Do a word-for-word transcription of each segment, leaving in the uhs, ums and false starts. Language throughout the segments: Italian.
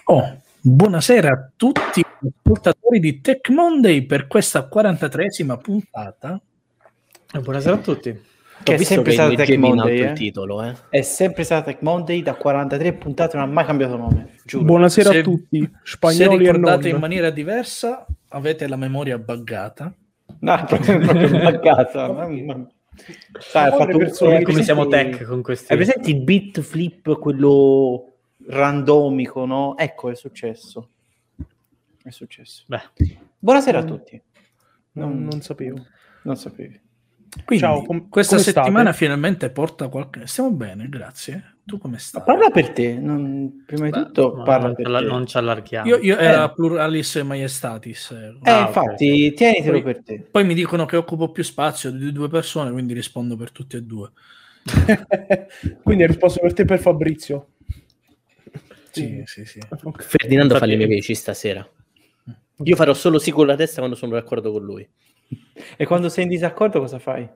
Oh, buonasera a tutti gli ascoltatori di Tech Monday per questa quarantatreesima puntata. E buonasera a tutti. Che è sempre stata Tech Monday, il eh? titolo, eh? È sempre stata Tech Monday da quarantatré puntate, non ha mai cambiato nome. Giuro. Buonasera se, a tutti, spagnoli se e non. ricordate in maniera diversa, avete la memoria buggata. No, proprio, proprio buggata. Sai, fatto persone, come siamo tech con questi. Hai presente il bit flip, quello randomico, no? Ecco, è successo. È successo. Beh. Buonasera a tutti. Non, non sapevo. Non sapevi. Quindi, Ciao, com- questa come settimana state? finalmente porta qualche... Stiamo bene, grazie. Tu come stai? Ma parla per te. Non... Prima di Beh, tutto, Ma parla non, per ce la- te. non ci allarghiamo. Io, io Eh. era pluralis majestatis. eh. Eh, Ah, infatti, ok. tienitelo Poi- per te. Poi mi dicono che occupo più spazio di due persone, quindi rispondo per tutti e due. Quindi hai risposto per te e per Fabrizio. Sì, sì, sì. Ok. Ferdinando Infatti- fa le mie veci stasera. Io farò solo sì con la testa quando sono d'accordo con lui. E quando sei in disaccordo cosa fai?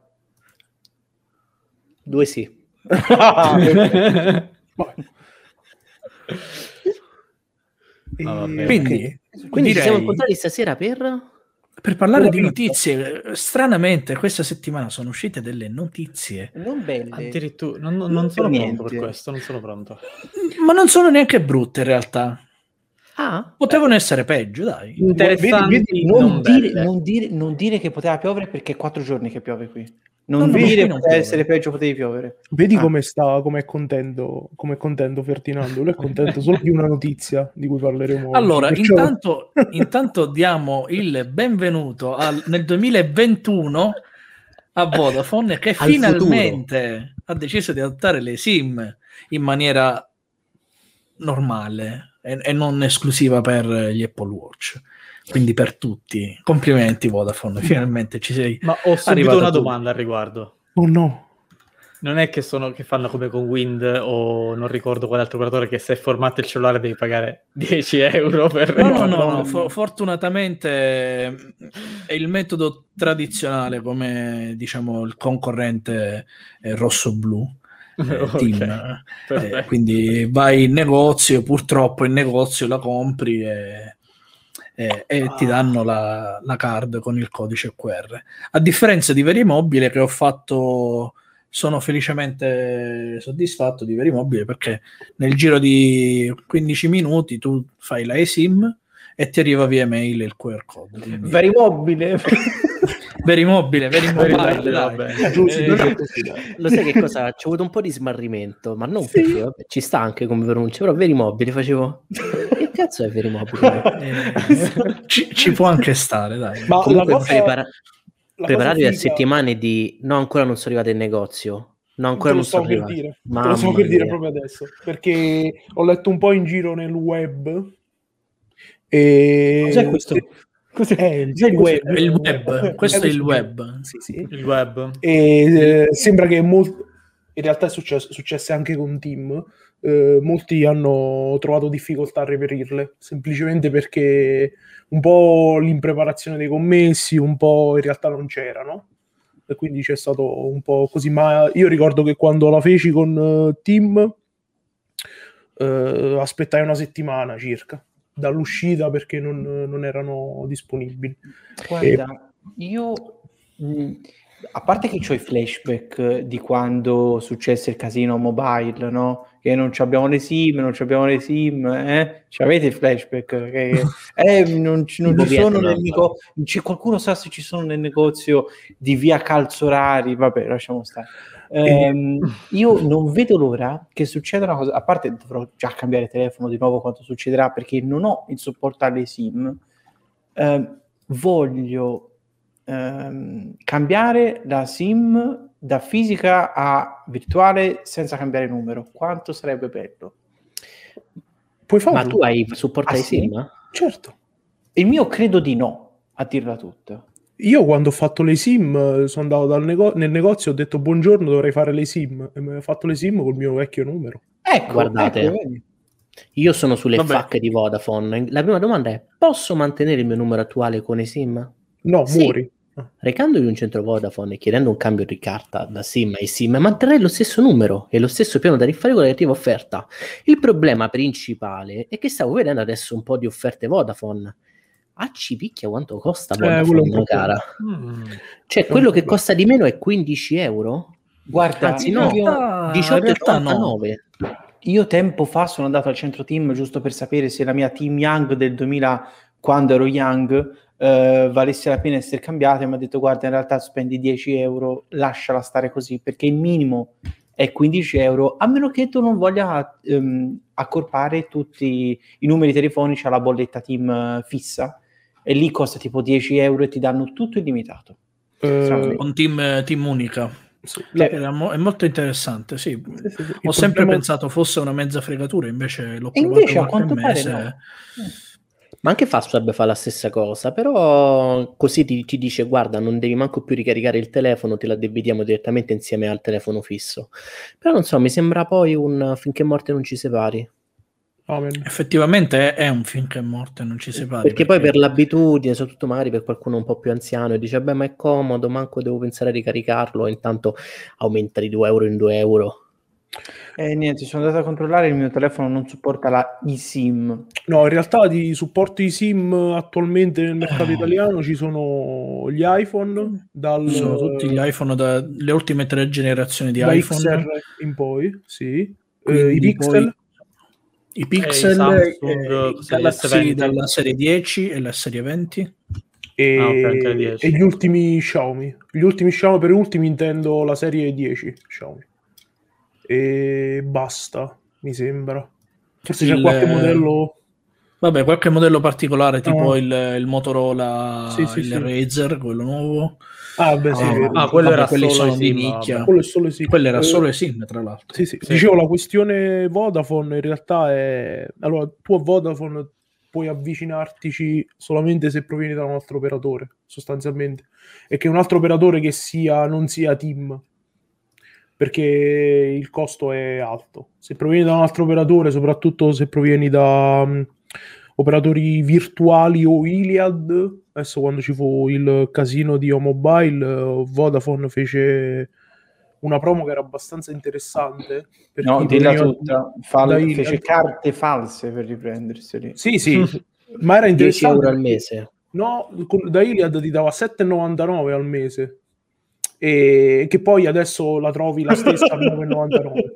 Due sì. Ah, Vai. E- Ah, vabbè. Quindi, Quindi ci direi, siamo incontrati stasera per... per parlare Per di la notizie, eh, stranamente questa settimana sono uscite delle notizie, non belle. Addirittura, non, non Non sono per pronto per niente. questo, non sono pronto. ma non sono neanche brutte in realtà. Ah, Potevano essere peggio, dai. Interessanti, Vedi- vedi, non, non dire, belle. non, dire, non dire che poteva piovere perché è quattro giorni che piove qui. Non No, no, dire qui che non poteva piove. essere peggio, potevi piovere. Vedi Ah. come sta, come è contento, come è contento Ferdinando. Lui è contento solo di una notizia di cui parleremo oggi. Allora, Perciò- intanto, intanto diamo il benvenuto al- nel duemilaventuno a Vodafone, che Al finalmente ha deciso di adottare le SIM in maniera normale e, e non esclusiva per gli Apple Watch. Quindi per tutti. Complimenti Vodafone, finalmente ci sei. Ma ho subito arrivato una tu. domanda al riguardo. Oh no. Non è che, sono, che fanno come con Wind o non ricordo quale altro operatore che se formato il cellulare devi pagare dieci euro per... No, no, no, no, no, no. fo- fortunatamente eh, è il metodo tradizionale, come diciamo il concorrente eh, rosso-blu. eh, Ok, team. Eh, perfetto. quindi vai in negozio, purtroppo in negozio la compri e, e- e ti danno la, la card con il codice Q R. A differenza di Verimobile, che ho fatto, sono felicemente soddisfatto di Verimobile, perché nel giro di quindici minuti tu fai la eSIM e ti arriva via mail il Q R code. Quindi- Verimobile. Verimobile, Verimobile, Verimobile, dai. vabbè. Giusto, Eh, giusto, così, dai. lo sai che cosa? C'ho avuto un po' di smarrimento, ma non perché vabbè, ci sta anche come pronuncia, però Verimobile facevo... Che cazzo è Verimobile? Eh, ci, ci può anche stare, dai. Ma Comunque la cosa- prepara- la preparatevi cosa a figa- settimane di... No, ancora non sono arrivate in negozio. No, ancora Te lo non sono stavo per arrivate. dire, te Mamma lo stavo per dire mia. proprio adesso, perché ho letto un po' in giro nel web e... Cos'è questo? Cos'è? Eh, il, Cos'è il cos'è? web? Il web, questo è il Eh, web. Sì, sì. Il web. E eh, sembra che molto, in realtà è successo, successe anche con Tim, eh, molti hanno trovato difficoltà a reperirle, semplicemente perché un po' l'impreparazione dei commessi, un po' in realtà non c'erano, e quindi c'è stato un po' così, ma io ricordo che quando la feci con eh, Tim eh, aspettai una settimana circa dall'uscita perché non, non erano disponibili. Guarda, io mh, a parte che ho i flashback di quando successe il casino mobile, no? Che non abbiamo le SIM, non abbiamo le SIM, eh? Ci avete i flashback? Che, eh, non ci, non ci Bobietta, sono no. nel nego- c'è qualcuno sa se ci sono nel negozio di via Calzorari? Vabbè, lasciamo stare. Ehm, io non vedo l'ora che succeda una cosa, a parte dovrò già cambiare telefono di nuovo quando succederà perché non ho il supporto alle SIM. Ehm, voglio ehm, cambiare la SIM da fisica a virtuale senza cambiare numero. Quanto sarebbe bello? Puoi farlo? Ma tu hai supporto Ah, ai sì? SIM? Certo. Il mio credo di no, a dirla tutta. Io quando ho fatto le SIM eh, sono andato dal nego- nel negozio e ho detto buongiorno, dovrei fare le SIM e mi ho fatto le SIM col mio vecchio numero. Ecco, Guardate. ecco, vedi. Io sono sulle Vabbè. F A Q di Vodafone. La prima domanda è: posso mantenere il mio numero attuale con eSIM? No, Sì. muori. Recandovi un centro Vodafone e chiedendo un cambio di carta da SIM a SIM, manterrei lo stesso numero e lo stesso piano tariffario con la relativa offerta. Il problema principale è che stavo vedendo adesso un po' di offerte Vodafone. Ah, ci picchia quanto costa Vodafone, Eh, cara? Mm. Cioè, quello che costa di meno è quindici euro? Guarda, Anzi, no, io- diciotto in e realtà no. quarantanove. io tempo fa sono andato al centro team giusto per sapere se la mia team Young del duemila, quando ero Young, eh, valesse la pena essere cambiata, e mi ha detto guarda, in realtà spendi dieci euro, lasciala stare così, perché il minimo è quindici euro, a meno che tu non voglia ehm, accorpare tutti i numeri telefonici alla bolletta team eh, fissa, e lì costa tipo dieci euro e ti danno tutto illimitato. Eh, Con team, team unica. sì, Cioè, la- era mo- è molto interessante, sì. sì, sì, sì. Ho Il sempre problema- pensato fosse una mezza fregatura, invece l'ho E provato invece a qualche quanto pare mese. no. Ma anche Fastweb fa la stessa cosa, però così ti, ti dice guarda, non devi manco più ricaricare il telefono, te la debitiamo direttamente insieme al telefono fisso. Però non so, mi sembra poi un finché morte non ci separi. Amen. Effettivamente è, è un finché morte non ci separi. Perché poi per l'abitudine, soprattutto magari per qualcuno un po' più anziano, e dice beh ma è comodo, manco devo pensare a ricaricarlo, e intanto aumenta di due euro in due euro. E niente, sono andato a controllare, il mio telefono non supporta la eSIM. No, in realtà di supporti SIM attualmente nel mercato Eh. italiano ci sono gli iPhone dal, Ci sono tutti gli iPhone, da, le ultime tre generazioni di da iPhone, X R in poi, sì. Eh, quindi i Pixel, poi i Pixel, Samsung, eh, i cos'è, gli Galaxy S venti? dalla serie dieci e la serie venti. e, Ah, ok, anche la dieci. e gli ultimi Xiaomi. Gli ultimi Xiaomi, per ultimi intendo la serie dieci Xiaomi. E basta, mi sembra. Forse c'è Il- qualche modello... Vabbè, qualche modello particolare, tipo Ah. il, il Motorola, Sì, sì, il sì. Razer, quello nuovo. Ah, beh, sì, Ah, vero. ah, quello Vabbè, era quelli solo sono di SIM, nicchia. vabbè. Quello è solo sì. Quello era Eh, solo eSIM, tra l'altro. Sì, sì. Sì. Dicevo, la questione Vodafone in realtà è... Allora, tu a Vodafone puoi avvicinartici solamente se provieni da un altro operatore, sostanzialmente. E che un altro operatore che sia non sia TIM, perché il costo è alto. Se provieni da un altro operatore, soprattutto se provieni da um, operatori virtuali o Iliad, adesso quando ci fu il casino di O-Mobile, uh, Vodafone fece una promo che era abbastanza interessante. Per No, chi dilla veniva tutta. Fal- da fece Iliad. carte false per riprenderseli. Sì, sì, ma era dieci interessante. euro al perché- mese. No, con- da Iliad ti dava sette e novantanove al mese. E che poi adesso la trovi la stessa a nove e novantanove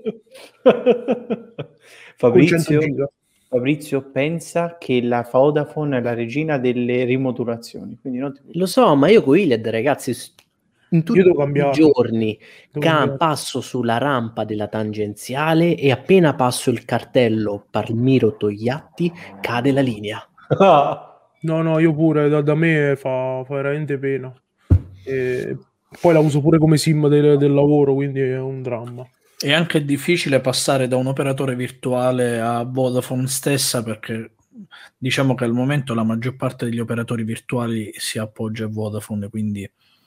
con cento Fabrizio, giga. Fabrizio pensa che la Vodafone è la regina delle rimodulazioni, quindi non ti Lo so, ma io con Iliad, ragazzi, s- in tutti Io devo i cambiarlo. giorni Devo ca- cambiarlo. passo sulla rampa della tangenziale e appena passo il cartello Palmiro Togliatti cade la linea. No, no, io pure, da, da me fa, fa veramente pena. E poi la uso pure come SIM del, del lavoro, quindi è un dramma. È anche difficile passare da un operatore virtuale a Vodafone stessa, perché diciamo che al momento la maggior parte degli operatori virtuali si appoggia a Vodafone, quindi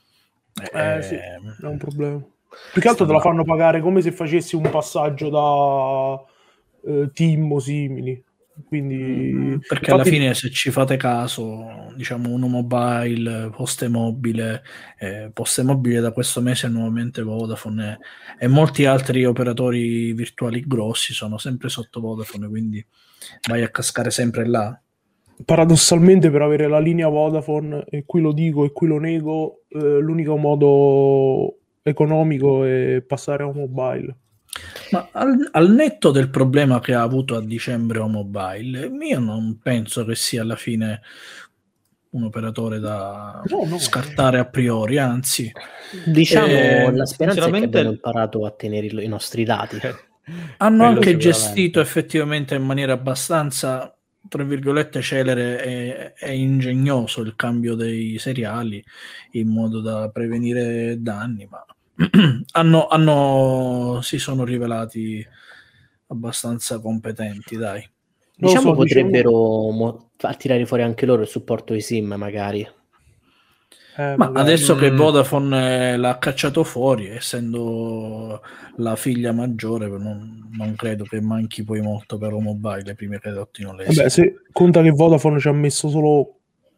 Eh sì, ehm, è un problema. Più che altro te la fanno pagare come se facessi un passaggio da eh, team o simili. Quindi perché alla infatti- fine, se ci fate caso, diciamo Uno Mobile, Poste Mobile, eh, Poste Mobile da questo mese è nuovamente Vodafone, e, e molti altri operatori virtuali grossi sono sempre sotto Vodafone, quindi vai a cascare sempre là. paradossalmente, per avere la linea Vodafone, e qui lo dico e qui lo nego, eh, l'unico modo economico è passare a un mobile. Ma al, al netto del problema che ha avuto a dicembre O-Mobile, io non penso che sia alla fine un operatore da No, no. scartare a priori, anzi. Diciamo, Eh, la speranza è che sinceramente- abbiamo imparato a tenere i, i nostri dati. Hanno Quello anche sicuramente. gestito effettivamente in maniera abbastanza, tra virgolette, celere e, e ingegnoso il cambio dei seriali, in modo da prevenire danni, ma hanno, hanno si sono rivelati abbastanza competenti, dai. Non lo Diciamo so, potrebbero diciamo- mo- far tirare fuori anche loro il supporto di SIM, magari. Eh, Ma magari. adesso che Mm. Vodafone eh, l'ha cacciato fuori, essendo la figlia maggiore, non, non credo che manchi poi molto per un mobile prima che adottino le Vabbè, se conta che Vodafone ci ha messo solo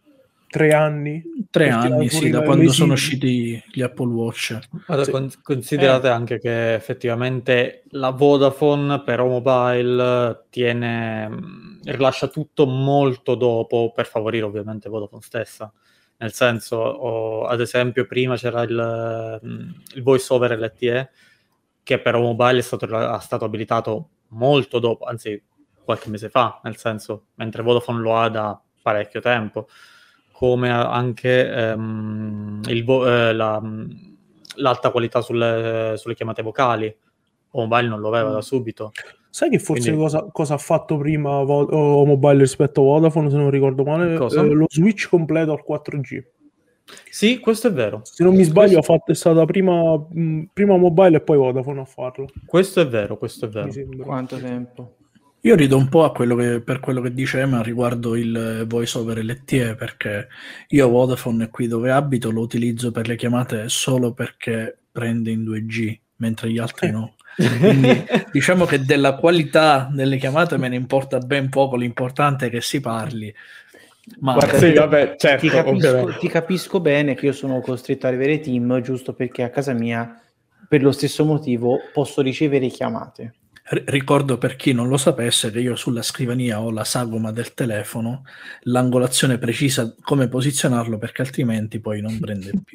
tre anni. Tre anni, sì, da quando sono usciti gli Apple Watch. Allora, sì. con- considerate eh. anche che effettivamente la Vodafone per mobile tiene, rilascia tutto molto dopo per favorire ovviamente Vodafone stessa. Nel senso, oh, ad esempio, prima c'era il, il voice over L T E che per mobile è stato, è stato abilitato molto dopo, anzi qualche mese fa, nel senso, mentre Vodafone lo ha da parecchio tempo. Come anche ehm, il vo- eh, la, l'alta qualità sulle, sulle chiamate vocali. O mobile non lo aveva da subito. Sai che forse Quindi... cosa, cosa ha fatto prima Vo- o mobile rispetto a Vodafone, se non ricordo male? Eh, lo switch completo al quattro G. Sì, questo è vero. Se non mi sbaglio, questo... ha fatto, è stata prima, mh, prima mobile e poi Vodafone a farlo. Questo è vero, questo è vero. Quanto tempo? Io rido un po' a quello che, per quello che dice Emma riguardo il voice over L T E, perché io Vodafone qui dove abito lo utilizzo per le chiamate solo perché prende in due G, mentre gli altri no. Quindi diciamo che della qualità delle chiamate me ne importa ben poco, l'importante è che si parli. Ma Guarda, sì, vabbè, certo, ti, capisco, ti capisco bene che io sono costretto a avere Team giusto perché a casa mia, per lo stesso motivo, posso ricevere chiamate. Ricordo per chi non lo sapesse che io sulla scrivania ho la sagoma del telefono, l'angolazione precisa come posizionarlo perché altrimenti poi non prende più.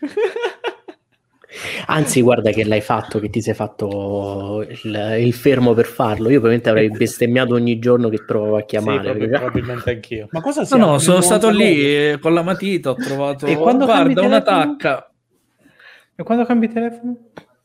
Anzi, guarda che l'hai fatto, che ti sei fatto il, il fermo per farlo. Io probabilmente avrei bestemmiato ogni giorno che provavo a chiamare. Sì, perché... probabilmente anch'io. Ma cosa No, no, sono stato lì con la matita, ho trovato e quando guarda una telefono? tacca. E quando cambi telefono?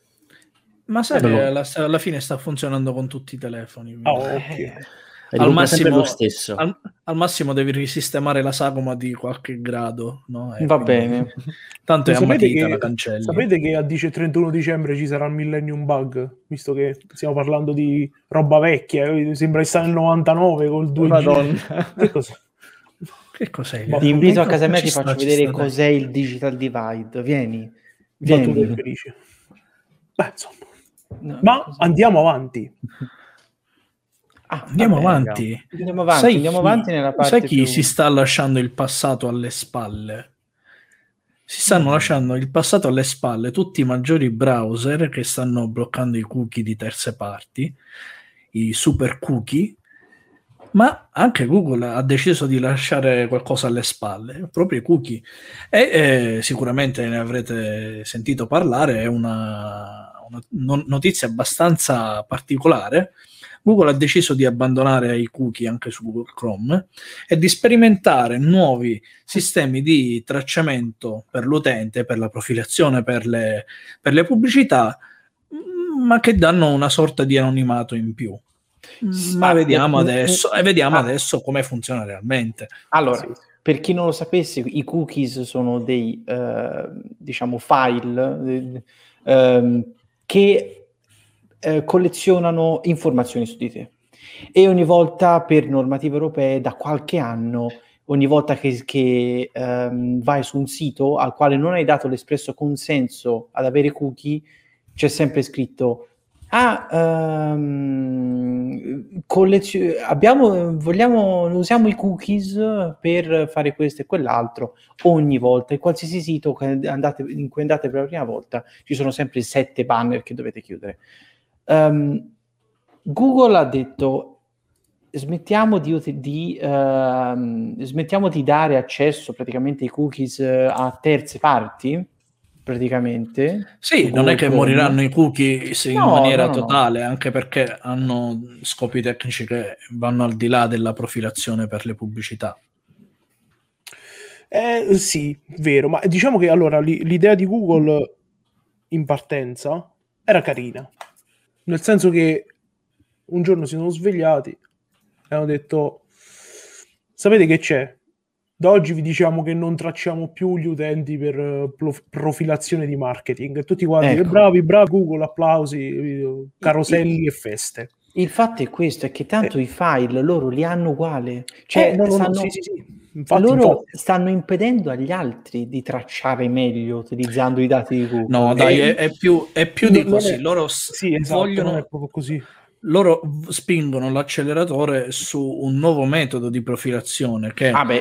Ma sai Eh, che no. alla, alla fine sta funzionando con tutti i telefoni. Oh, okay. Al massimo, lo stesso. Al, al massimo devi risistemare la sagoma di qualche grado, no? E Va quindi, bene. Tanto è a matita, che, la cancelli. sapete che a dice trentuno dicembre ci sarà il Millennium Bug? Visto che stiamo parlando di roba vecchia, sembra che sta nel novantanove col due G. Madonna. Che cos'è? Che cos'è? Ti invito a casa mia e Ci ti sta, faccio ci vedere sta, cos'è il digital divide. Vieni. Battute Vieni. felici. Beh, insomma. No, Ma così. andiamo avanti. Ah, Andiamo vabbè, avanti. Andiamo avanti, Sai andiamo chi, avanti nella parte sai chi più... si sta lasciando il passato alle spalle? Si stanno mm. lasciando il passato alle spalle tutti i maggiori browser che stanno bloccando i cookie di terze parti, i super cookie, ma anche Google ha deciso di lasciare qualcosa alle spalle, proprio i cookie. E eh, sicuramente ne avrete sentito parlare, è una, una notizia abbastanza particolare. Google ha deciso di abbandonare i cookie anche su Google Chrome e di sperimentare nuovi sistemi di tracciamento per l'utente, per la profilazione, per le, per le pubblicità, ma che danno una sorta di anonimato in più. Ma ah, vediamo adesso e vediamo ah, adesso come funziona realmente. Allora, sì. Per chi non lo sapesse, i cookies sono dei eh, diciamo file eh, che eh, collezionano informazioni su di te e ogni volta per normative europee da qualche anno, ogni volta che, che ehm, vai su un sito al quale non hai dato l'espresso consenso ad avere cookie, c'è sempre scritto Ah, um, collezio- abbiamo, vogliamo, usiamo i cookies per fare questo e quell'altro ogni volta. In qualsiasi sito che andate, in cui andate per la prima volta ci sono sempre sette banner che dovete chiudere. Um, Google ha detto smettiamo di, di, uh, smettiamo di dare accesso praticamente ai cookies a terze parti. Praticamente sì, non è che Chrome. Moriranno i cookies in no, maniera no, no, totale, no. Anche perché hanno scopi tecnici che vanno al di là della profilazione per le pubblicità. Eh, sì, vero, ma diciamo che allora l'idea di Google in partenza era carina, nel senso che un giorno si sono svegliati e hanno detto sapete che c'è? Da oggi vi diciamo che non tracciamo più gli utenti per uh, profilazione di marketing. Tutti quanti, ecco. bravi, bravi, Google, applausi, caroselli il, e feste. Il fatto è questo, è che tanto eh. i file loro li hanno uguale. Cioè, eh, no, no, stanno, no, sì, sì, sì. Infatti, loro infatti. stanno impedendo agli altri di tracciare meglio utilizzando i dati di Google. No, dai, è, è più, è più di così. È, loro sì, esatto, vogliono... non è proprio così. Loro spingono l'acceleratore su un nuovo metodo di profilazione che... Ah beh.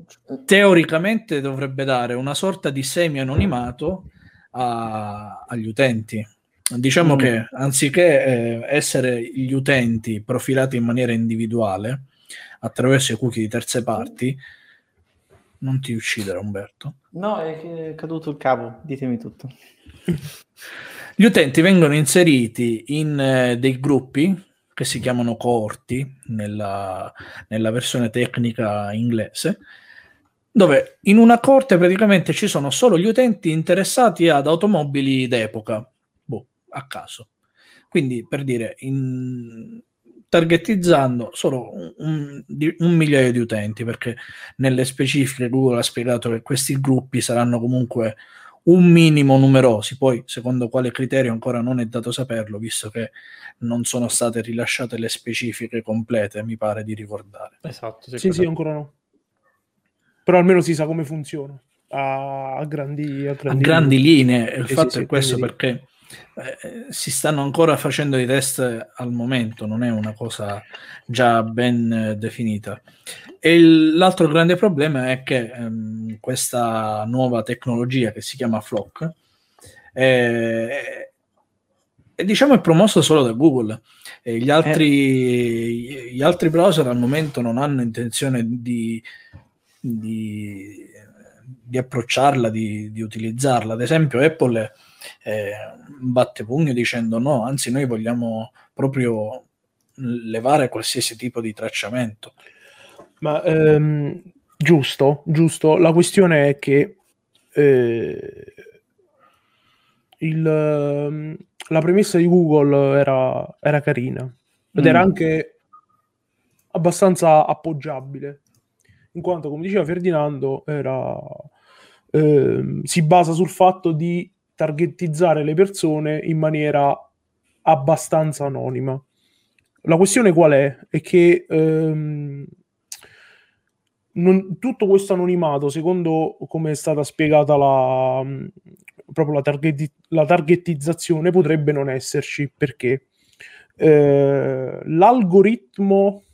teoricamente dovrebbe dare una sorta di semi-anonimato a, agli utenti. Diciamo mm. che anziché eh, essere gli utenti profilati in maniera individuale attraverso i cookie di terze parti, non ti uccidere, Umberto. No, è che è caduto il cavo, ditemi tutto. Gli utenti vengono inseriti in eh, dei gruppi che si chiamano coorti nella, nella versione tecnica inglese, dove in una coorte praticamente ci sono solo gli utenti interessati ad automobili d'epoca, boh, a caso. Quindi, per dire, in, targetizzando solo un, un, un migliaio di utenti, perché nelle specifiche Google ha spiegato che questi gruppi saranno comunque un minimo numerosi, poi secondo quale criterio ancora non è dato saperlo, visto che non sono state rilasciate le specifiche complete, mi pare di ricordare. Esatto. Sì, sì, sì, ancora no. Però almeno si sa come funziona a, a grandi, a grandi, a grandi linee. linee. Il sì, fatto sì, è sì, questo, perché eh, si stanno ancora facendo i test al momento, non è una cosa già ben eh, definita. E il, l'altro grande problema è che ehm, questa nuova tecnologia che si chiama Flock è, è, diciamo, è promossa solo da Google. E gli altri, eh. gli altri browser al momento non hanno intenzione di Di, di approcciarla, di, di utilizzarla. Ad esempio Apple eh, batte pugno dicendo no, anzi noi vogliamo proprio levare qualsiasi tipo di tracciamento. Ma ehm, giusto, giusto. La questione è che eh, il, la premessa di Google era, era carina ed mm. era anche abbastanza appoggiabile, in quanto, come diceva Ferdinando, era, eh, si basa sul fatto di targetizzare le persone in maniera abbastanza anonima. La questione qual è? È che ehm, non, tutto questo anonimato, secondo come è stata spiegata la, proprio la, targeti, la targetizzazione, potrebbe non esserci, perché eh, l'algoritmo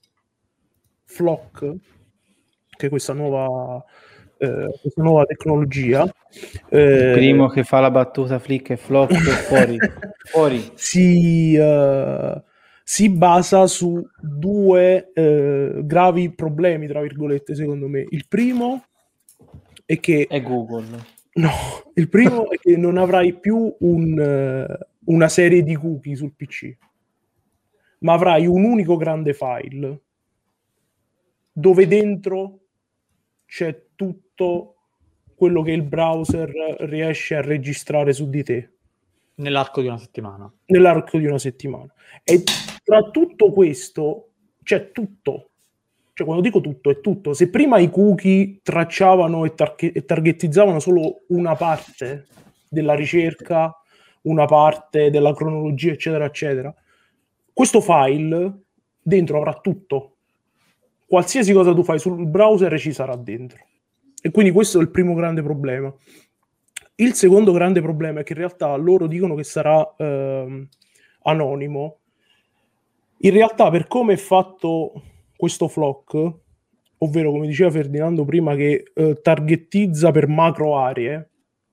Flock, che è questa nuova, eh, questa nuova tecnologia. Eh, il primo che fa la battuta flick e flock fuori, fuori. Si, uh, si basa su due uh, gravi problemi, tra virgolette, secondo me. Il primo è che... È Google. No, il primo è che non avrai più un, uh, una serie di cookie sul P C, ma avrai un unico grande file dove dentro c'è tutto quello che il browser riesce a registrare su di te. Nell'arco di una settimana. Nell'arco di una settimana. E tra tutto questo c'è tutto. Cioè, quando dico tutto, è tutto. Se prima i cookie tracciavano e, tar- e targetizzavano solo una parte della ricerca, una parte della cronologia, eccetera, eccetera, questo file dentro avrà tutto. Qualsiasi cosa tu fai sul browser ci sarà dentro. E quindi questo è il primo grande problema. Il secondo grande problema è che in realtà loro dicono che sarà eh, anonimo. In realtà, per come è fatto questo Flock, ovvero, come diceva Ferdinando prima, che eh, targetizza per macro aree,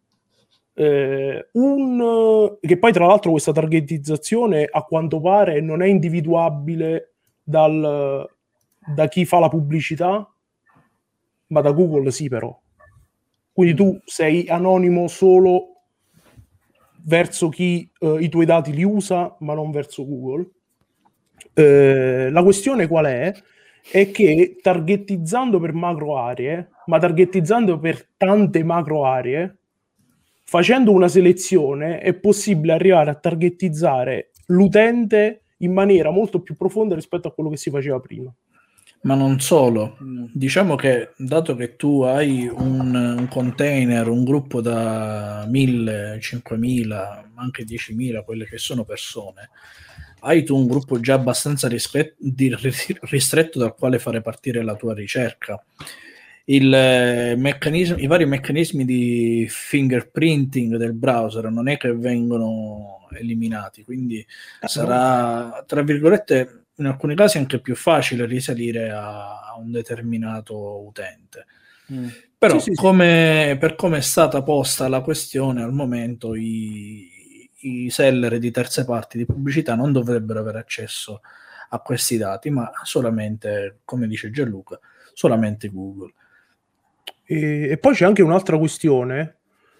eh, un, che poi tra l'altro questa targetizzazione a quanto pare non è individuabile dal... da chi fa la pubblicità, ma da Google sì, però. Quindi tu sei anonimo solo verso chi eh, i tuoi dati li usa, ma non verso Google. Eh, la questione qual è? È che targetizzando per macro aree, ma targetizzando per tante macro aree, facendo una selezione è possibile arrivare a targetizzare l'utente in maniera molto più profonda rispetto a quello che si faceva prima. Ma non solo, diciamo che dato che tu hai un, un container, un gruppo da mille, cinquemila, anche diecimila, quelle che sono persone, hai tu un gruppo già abbastanza rispet- di, ristretto dal quale fare partire la tua ricerca. Il eh, meccanismo, i vari meccanismi di fingerprinting del browser non è che vengono eliminati, quindi sarà, tra virgolette, in alcuni casi è anche più facile risalire a, a un determinato utente. Mm. Però sì, sì, come, sì. per come è stata posta la questione al momento, i, i seller di terze parti di pubblicità non dovrebbero avere accesso a questi dati, ma solamente, come dice Gianluca, solamente Google. E, e poi c'è anche un'altra questione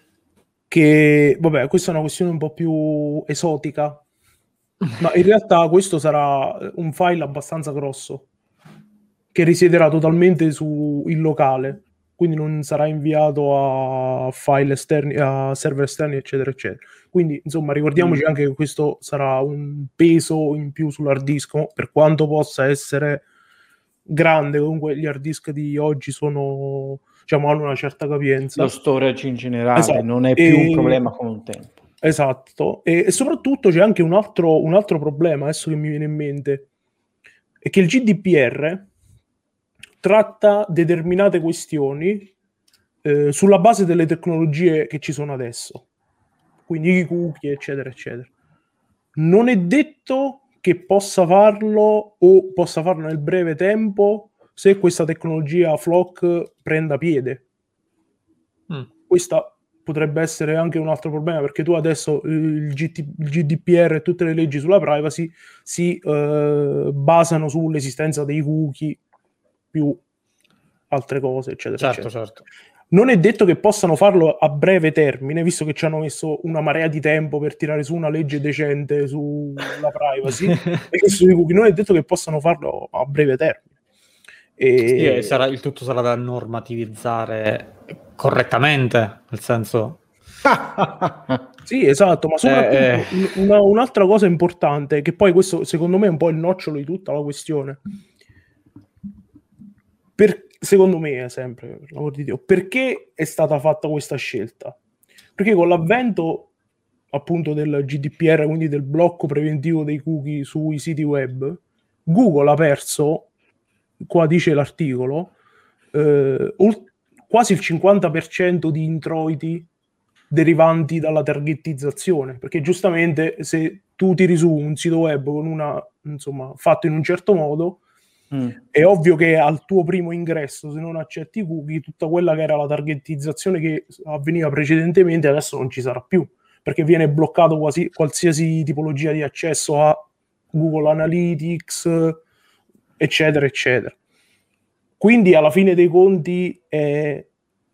che, vabbè, questa è una questione un po' più esotica, ma in realtà questo sarà un file abbastanza grosso che risiederà totalmente su il locale, quindi non sarà inviato a file esterni, a server esterni, eccetera, eccetera. Quindi, insomma, ricordiamoci mm. anche che questo sarà un peso in più sull'hard disk, per quanto possa essere grande. Comunque gli hard disk di oggi sono, diciamo, hanno una certa capienza. Lo storage in generale, esatto. Non è più e... un problema come un tempo. Esatto, e, e soprattutto c'è anche un altro, un altro problema, adesso che mi viene in mente, è che il G D P R tratta determinate questioni eh, sulla base delle tecnologie che ci sono adesso, quindi i cookie, eccetera, eccetera. Non è detto che possa farlo o possa farlo nel breve tempo se questa tecnologia Flock prenda piede. Mm. Questa potrebbe essere anche un altro problema, perché tu adesso il, G T, il G D P R e tutte le leggi sulla privacy si eh, basano sull'esistenza dei cookie più altre cose, eccetera, certo, eccetera. Certo. Non è detto che possano farlo a breve termine, visto che ci hanno messo una marea di tempo per tirare su una legge decente sulla privacy e sui cookie. Non è detto che possano farlo a breve termine. E... Sì, e sarà, il tutto sarà da normativizzare correttamente, nel senso... Sì, esatto, ma soprattutto eh, eh. Una, un'altra cosa importante, che poi questo secondo me è un po' il nocciolo di tutta la questione. Per, secondo me è sempre, per l'amor di Dio, perché è stata fatta questa scelta? Perché con l'avvento appunto del G D P R, quindi del blocco preventivo dei cookie sui siti web, Google ha perso, qua dice l'articolo, eh, quasi il cinquanta per cento di introiti derivanti dalla targettizzazione, perché giustamente se tu tiri su un sito web con una, insomma, fatto in un certo modo, mm. è ovvio che al tuo primo ingresso, se non accetti i cookie, tutta quella che era la targettizzazione che avveniva precedentemente adesso non ci sarà più, perché viene bloccato quasi qualsiasi tipologia di accesso a Google Analytics, eccetera, eccetera. Quindi alla fine dei conti è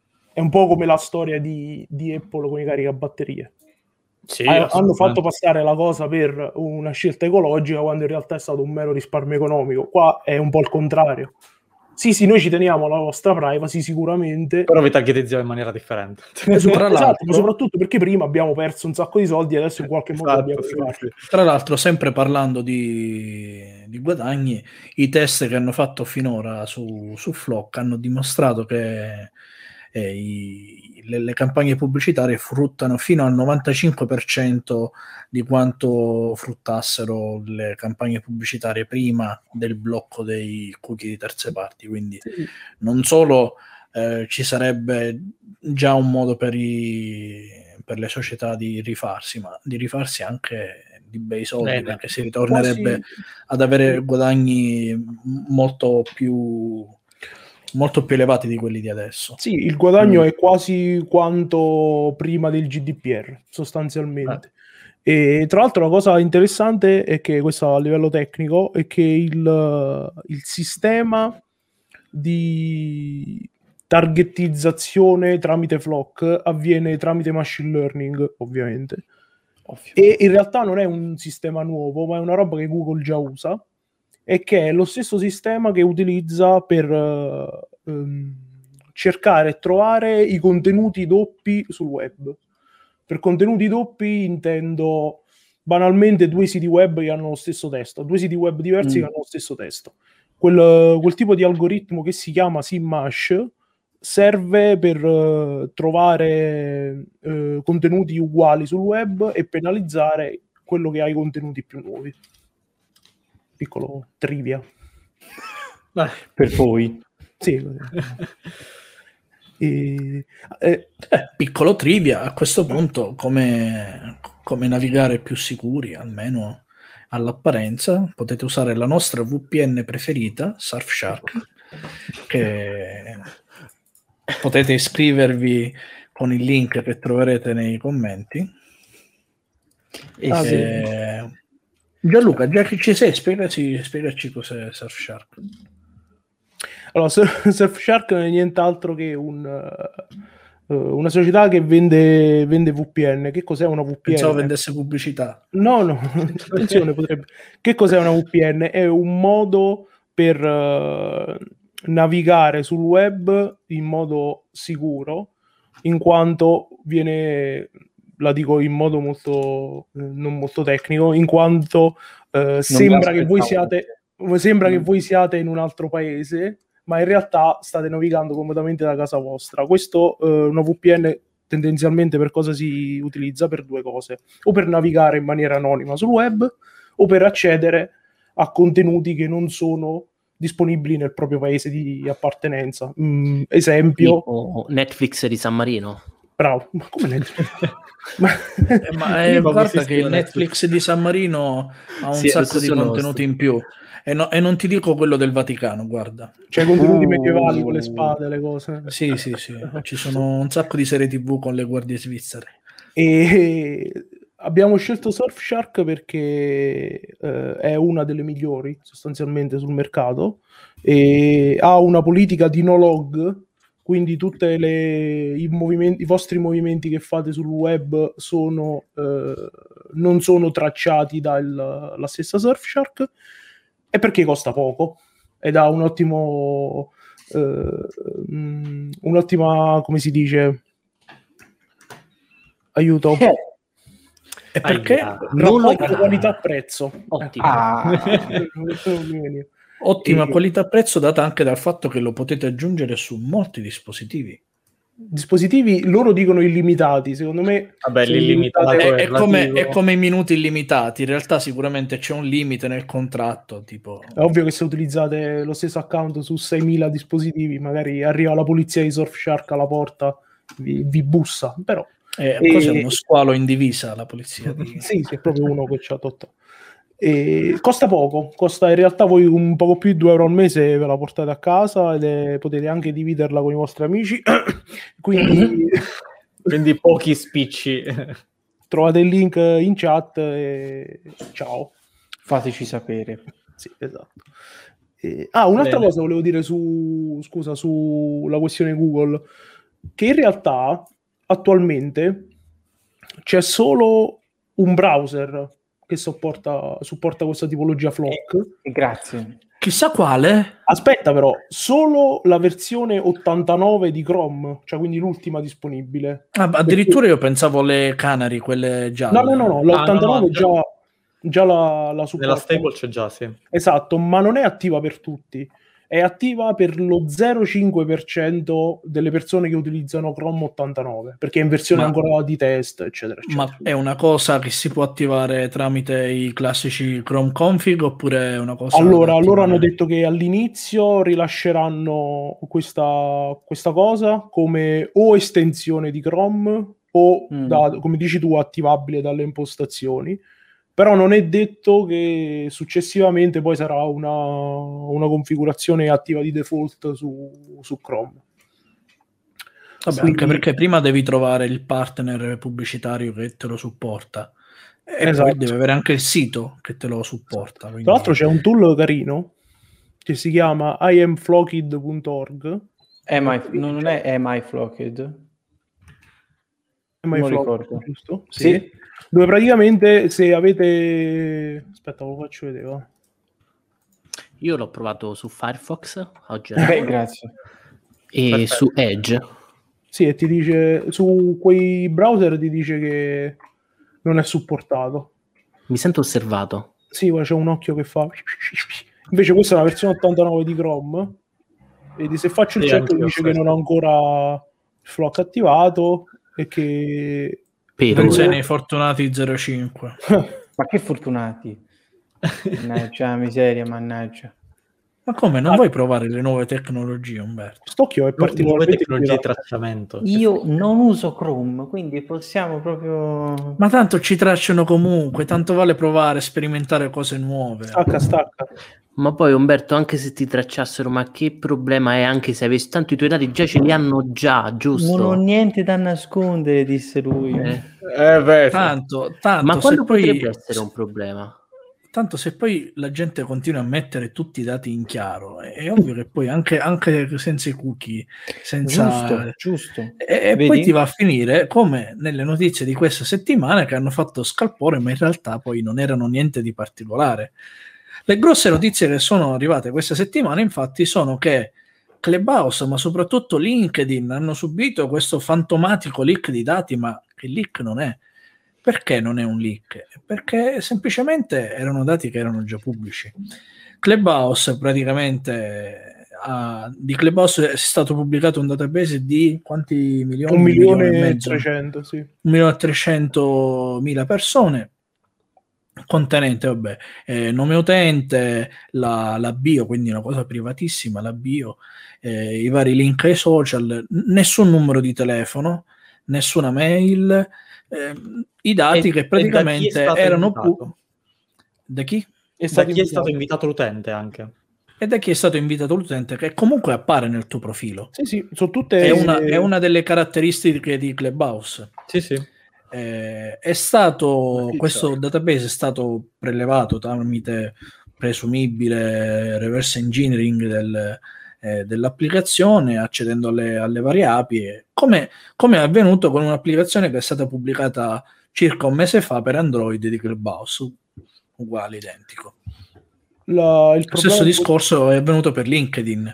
È un po' come la storia di, di Apple con i caricabatterie. Sì, hanno fatto passare la cosa per una scelta ecologica quando in realtà è stato un mero risparmio economico. Qua è un po' il contrario. Sì, sì, noi ci teniamo alla vostra privacy sicuramente, però vi targetizziamo in maniera differente. Esatto, esatto, ma soprattutto perché prima abbiamo perso un sacco di soldi e adesso in qualche modo esatto, abbiamo sì, rifarli. sì. Tra l'altro, sempre parlando di, di guadagni, i test che hanno fatto finora su, su Flock hanno dimostrato che eh, i, le, le campagne pubblicitarie fruttano fino al novantacinque per cento di quanto fruttassero le campagne pubblicitarie prima del blocco dei cookie di terze parti. Quindi sì. non solo eh, ci sarebbe già un modo per, i, per le società di rifarsi, ma di rifarsi anche di bei soldi, Bene. perché si ritornerebbe Quasi... ad avere guadagni molto più molto più elevati di quelli di adesso. Sì, il guadagno mm. è quasi quanto prima del G D P R, sostanzialmente. Eh. E tra l'altro la cosa interessante è che, questo a livello tecnico, è che il, il sistema di targetizzazione tramite Flock avviene tramite machine learning, ovviamente. Ovvio. E in realtà non è un sistema nuovo, ma è una roba che Google già usa, e che è lo stesso sistema che utilizza per uh, um, cercare e trovare i contenuti doppi sul web. Per contenuti doppi intendo banalmente due siti web che hanno lo stesso testo, due siti web diversi mm. che hanno lo stesso testo. Quel, quel tipo di algoritmo che si chiama SEMrush serve per uh, trovare uh, contenuti uguali sul web e penalizzare quello che ha i contenuti più nuovi. Piccolo trivia per voi. Sì. e, eh, eh, piccolo trivia a questo punto, come, come navigare più sicuri, almeno all'apparenza, potete usare la nostra V P N preferita, Surfshark, che potete iscrivervi con il link che troverete nei commenti. Eh, Ah, sì. eh, Gianluca, già che ci sei, spiegaci, spiegaci cos'è Surfshark. Allora, Surfshark non è nient'altro che un, uh, una società che vende, vende V P N. Che cos'è una V P N? Pensavo vendesse pubblicità. No, no, attenzione, potrebbe. Che cos'è una V P N? È un modo per uh, navigare sul web in modo sicuro, in quanto viene, la dico in modo molto eh, non molto tecnico, in quanto eh, sembra che voi siate sembra mm. che voi siate in un altro paese, ma in realtà state navigando completamente da casa vostra. Questo eh, una V P N tendenzialmente per cosa si utilizza? Per due cose: o per navigare in maniera anonima sul web, o per accedere a contenuti che non sono disponibili nel proprio paese di appartenenza. Mm, esempio tipo Netflix di San Marino. Bravo, ma come Netflix? ma eh, ma eh, guarda che il Netflix di San Marino ha un sì, sacco di contenuti nostro. in più e, no, e non ti dico quello del Vaticano, guarda. C'è contenuti uh, medievali con le spade, le cose. Sì, sì, sì. Ci sono un sacco di serie tivù con le guardie svizzere. E abbiamo scelto Surfshark perché eh, è una delle migliori sostanzialmente sul mercato e ha una politica di no log. Quindi tutti i, movimenti, i vostri movimenti che fate sul web sono, eh, non sono tracciati dalla stessa Surfshark, e perché costa poco ed ha un ottimo, eh, un'ottima, come si dice, aiuto. Eh. E perché? Ah, rapporto qualità-prezzo. Ottimo. Ah. Ottima e... qualità-prezzo data anche dal fatto che lo potete aggiungere su molti dispositivi. Dispositivi loro dicono illimitati, secondo me. Vabbè, l'illimitato è, è, come, è come i minuti illimitati. In realtà sicuramente c'è un limite nel contratto, tipo... È ovvio che se utilizzate lo stesso account su seimila dispositivi magari arriva la polizia di Surfshark alla porta, vi, vi bussa, però eh, e... cos'è uno squalo in divisa la polizia di... sì, sì, è proprio uno che c'ha tutto. E costa poco, costa in realtà voi un poco più di due euro al mese ve la portate a casa ed è, potete anche dividerla con i vostri amici. Quindi, quindi pochi spicci. Trovate il link in chat e ciao. Fateci sapere. Sì, esatto. E... Ah, un'altra Bene. cosa volevo dire su scusa sulla questione Google, che in realtà attualmente c'è solo un browser che sopporta, supporta questa tipologia Flock. Eh, grazie. Chissà quale? Aspetta però, solo la versione ottantanove di Chrome, cioè quindi l'ultima disponibile. Ah, addirittura perché... io pensavo le Canary, quelle gialle. No, no, no, no l'ottantanove ah, no, no, già, già la, la supporta. Nella stable c'è già, sì. Esatto, ma non è attiva per tutti. È attiva per lo zero virgola cinque per cento delle persone che utilizzano Chrome ottantanove, perché è in versione ma, ancora di test, eccetera, eccetera. Ma è una cosa che si può attivare tramite i classici Chrome config oppure è una cosa... Allora, loro hanno detto che all'inizio rilasceranno questa, questa cosa come o estensione di Chrome o, mm. da, come dici tu, attivabile dalle impostazioni. Però non è detto che successivamente poi sarà una, una configurazione attiva di default su, su Chrome. Vabbè, Quindi... anche perché prima devi trovare il partner pubblicitario che te lo supporta e esatto. poi devi avere anche il sito che te lo supporta. Quindi... Tra l'altro c'è un tool carino che si chiama i am flocked punto org. Am I, non è Am I Flocked? Am I Flocked, giusto? Sì. sì. Dove praticamente se avete... Aspetta, lo faccio vedere. Va. Io l'ho provato su Firefox oggi. Beh, grazie. E Perfetto. Su Edge. Sì, e ti dice... Su quei browser ti dice che non è supportato. Mi sento osservato. Sì, c'è un occhio che fa... Invece questa è una versione ottantanove di Chrome. Vedi, se faccio il sì, check dice che non ho ancora il Flock attivato e che... Non sei nei fortunati zero cinque. Ma che fortunati? Mannaggia, miseria, mannaggia. Ma come, non ah. vuoi provare le nuove tecnologie, Umberto? Stocchio è nuove tecnologie di tracciamento. Io non uso Chrome, quindi possiamo proprio... Ma tanto ci tracciano comunque, tanto vale provare, sperimentare cose nuove. Stacca, stacca. Ma poi Umberto, anche se ti tracciassero, ma che problema è anche se avessi tanto i tuoi dati già ce li hanno già, giusto? Non ho niente da nascondere, disse lui. Eh. Eh beh, tanto, tanto, ma quando poi... potrebbe essere un problema? Tanto se poi la gente continua a mettere tutti i dati in chiaro, è ovvio che poi anche, anche senza i cookie, senza... Giusto, giusto. E, e poi ti va a finire come nelle notizie di questa settimana che hanno fatto scalpore, ma in realtà poi non erano niente di particolare. Le grosse notizie che sono arrivate questa settimana, infatti, sono che Clubhouse, ma soprattutto LinkedIn, hanno subito questo fantomatico leak di dati, ma che leak non è. Perché non è un leak? Perché semplicemente erano dati che erano già pubblici. Clubhouse praticamente ha, di Clubhouse è stato pubblicato un database di quanti milioni? Un milione e trecento, sì. Un milione e trecentomila persone, contenente vabbè, eh, nome utente, la, la bio, quindi una cosa privatissima, la bio, eh, i vari link ai social, nessun numero di telefono, nessuna mail, eh, i dati e, che praticamente erano pu- da chi? E da chi è stato invitato l'utente anche. E da chi è stato invitato l'utente, che comunque appare nel tuo profilo. Sì, sì, sono tutte... È una, è una delle caratteristiche di Clubhouse. Sì, sì. Eh, è stato, questo database è stato prelevato tramite presumibile reverse engineering del, eh, dell'applicazione, accedendo alle, alle varie A P I, come, come è avvenuto con un'applicazione che è stata pubblicata circa un mese fa per Android di Clubhouse, uguale, identico. La, il lo stesso discorso è avvenuto per LinkedIn,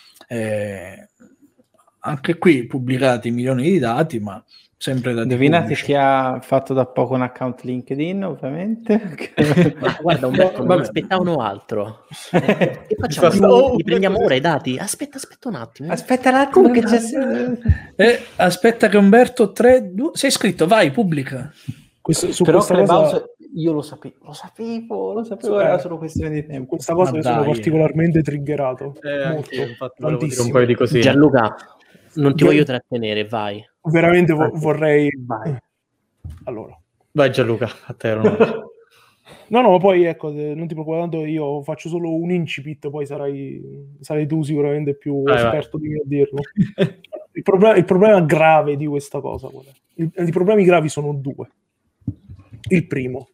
eh, anche qui pubblicati milioni di dati, ma sempre da indovinate chi ha fatto da poco un account LinkedIn, ovviamente. Ma guarda, Umberto, non aspettavano altro. Che facciamo? Oh, Li prendiamo ora i dati? Aspetta, aspetta un attimo. Aspetta un attimo che c'è... Eh, aspetta che Umberto tre, due... sei iscritto, vai, pubblica. Questo, su Però questa cosa... io lo sapevo, lo sapevo, lo sapevo, era solo questione di tempo. Questa cosa Ma io dai, sono particolarmente triggerato. Eh, molto, io, infatti, tantissimo. un paio di così. Gianluca, non ti Io... voglio trattenere, vai. Veramente vo- vorrei... Vai. Allora. Vai Gianluca, a te. No, no, ma poi ecco, non ti preoccupare, tanto io faccio solo un incipit, poi sarai, sarai tu sicuramente più vai, esperto vai. di me a dirlo. il, problema, il problema grave di questa cosa, qual è? Il, I problemi gravi sono due. Il primo,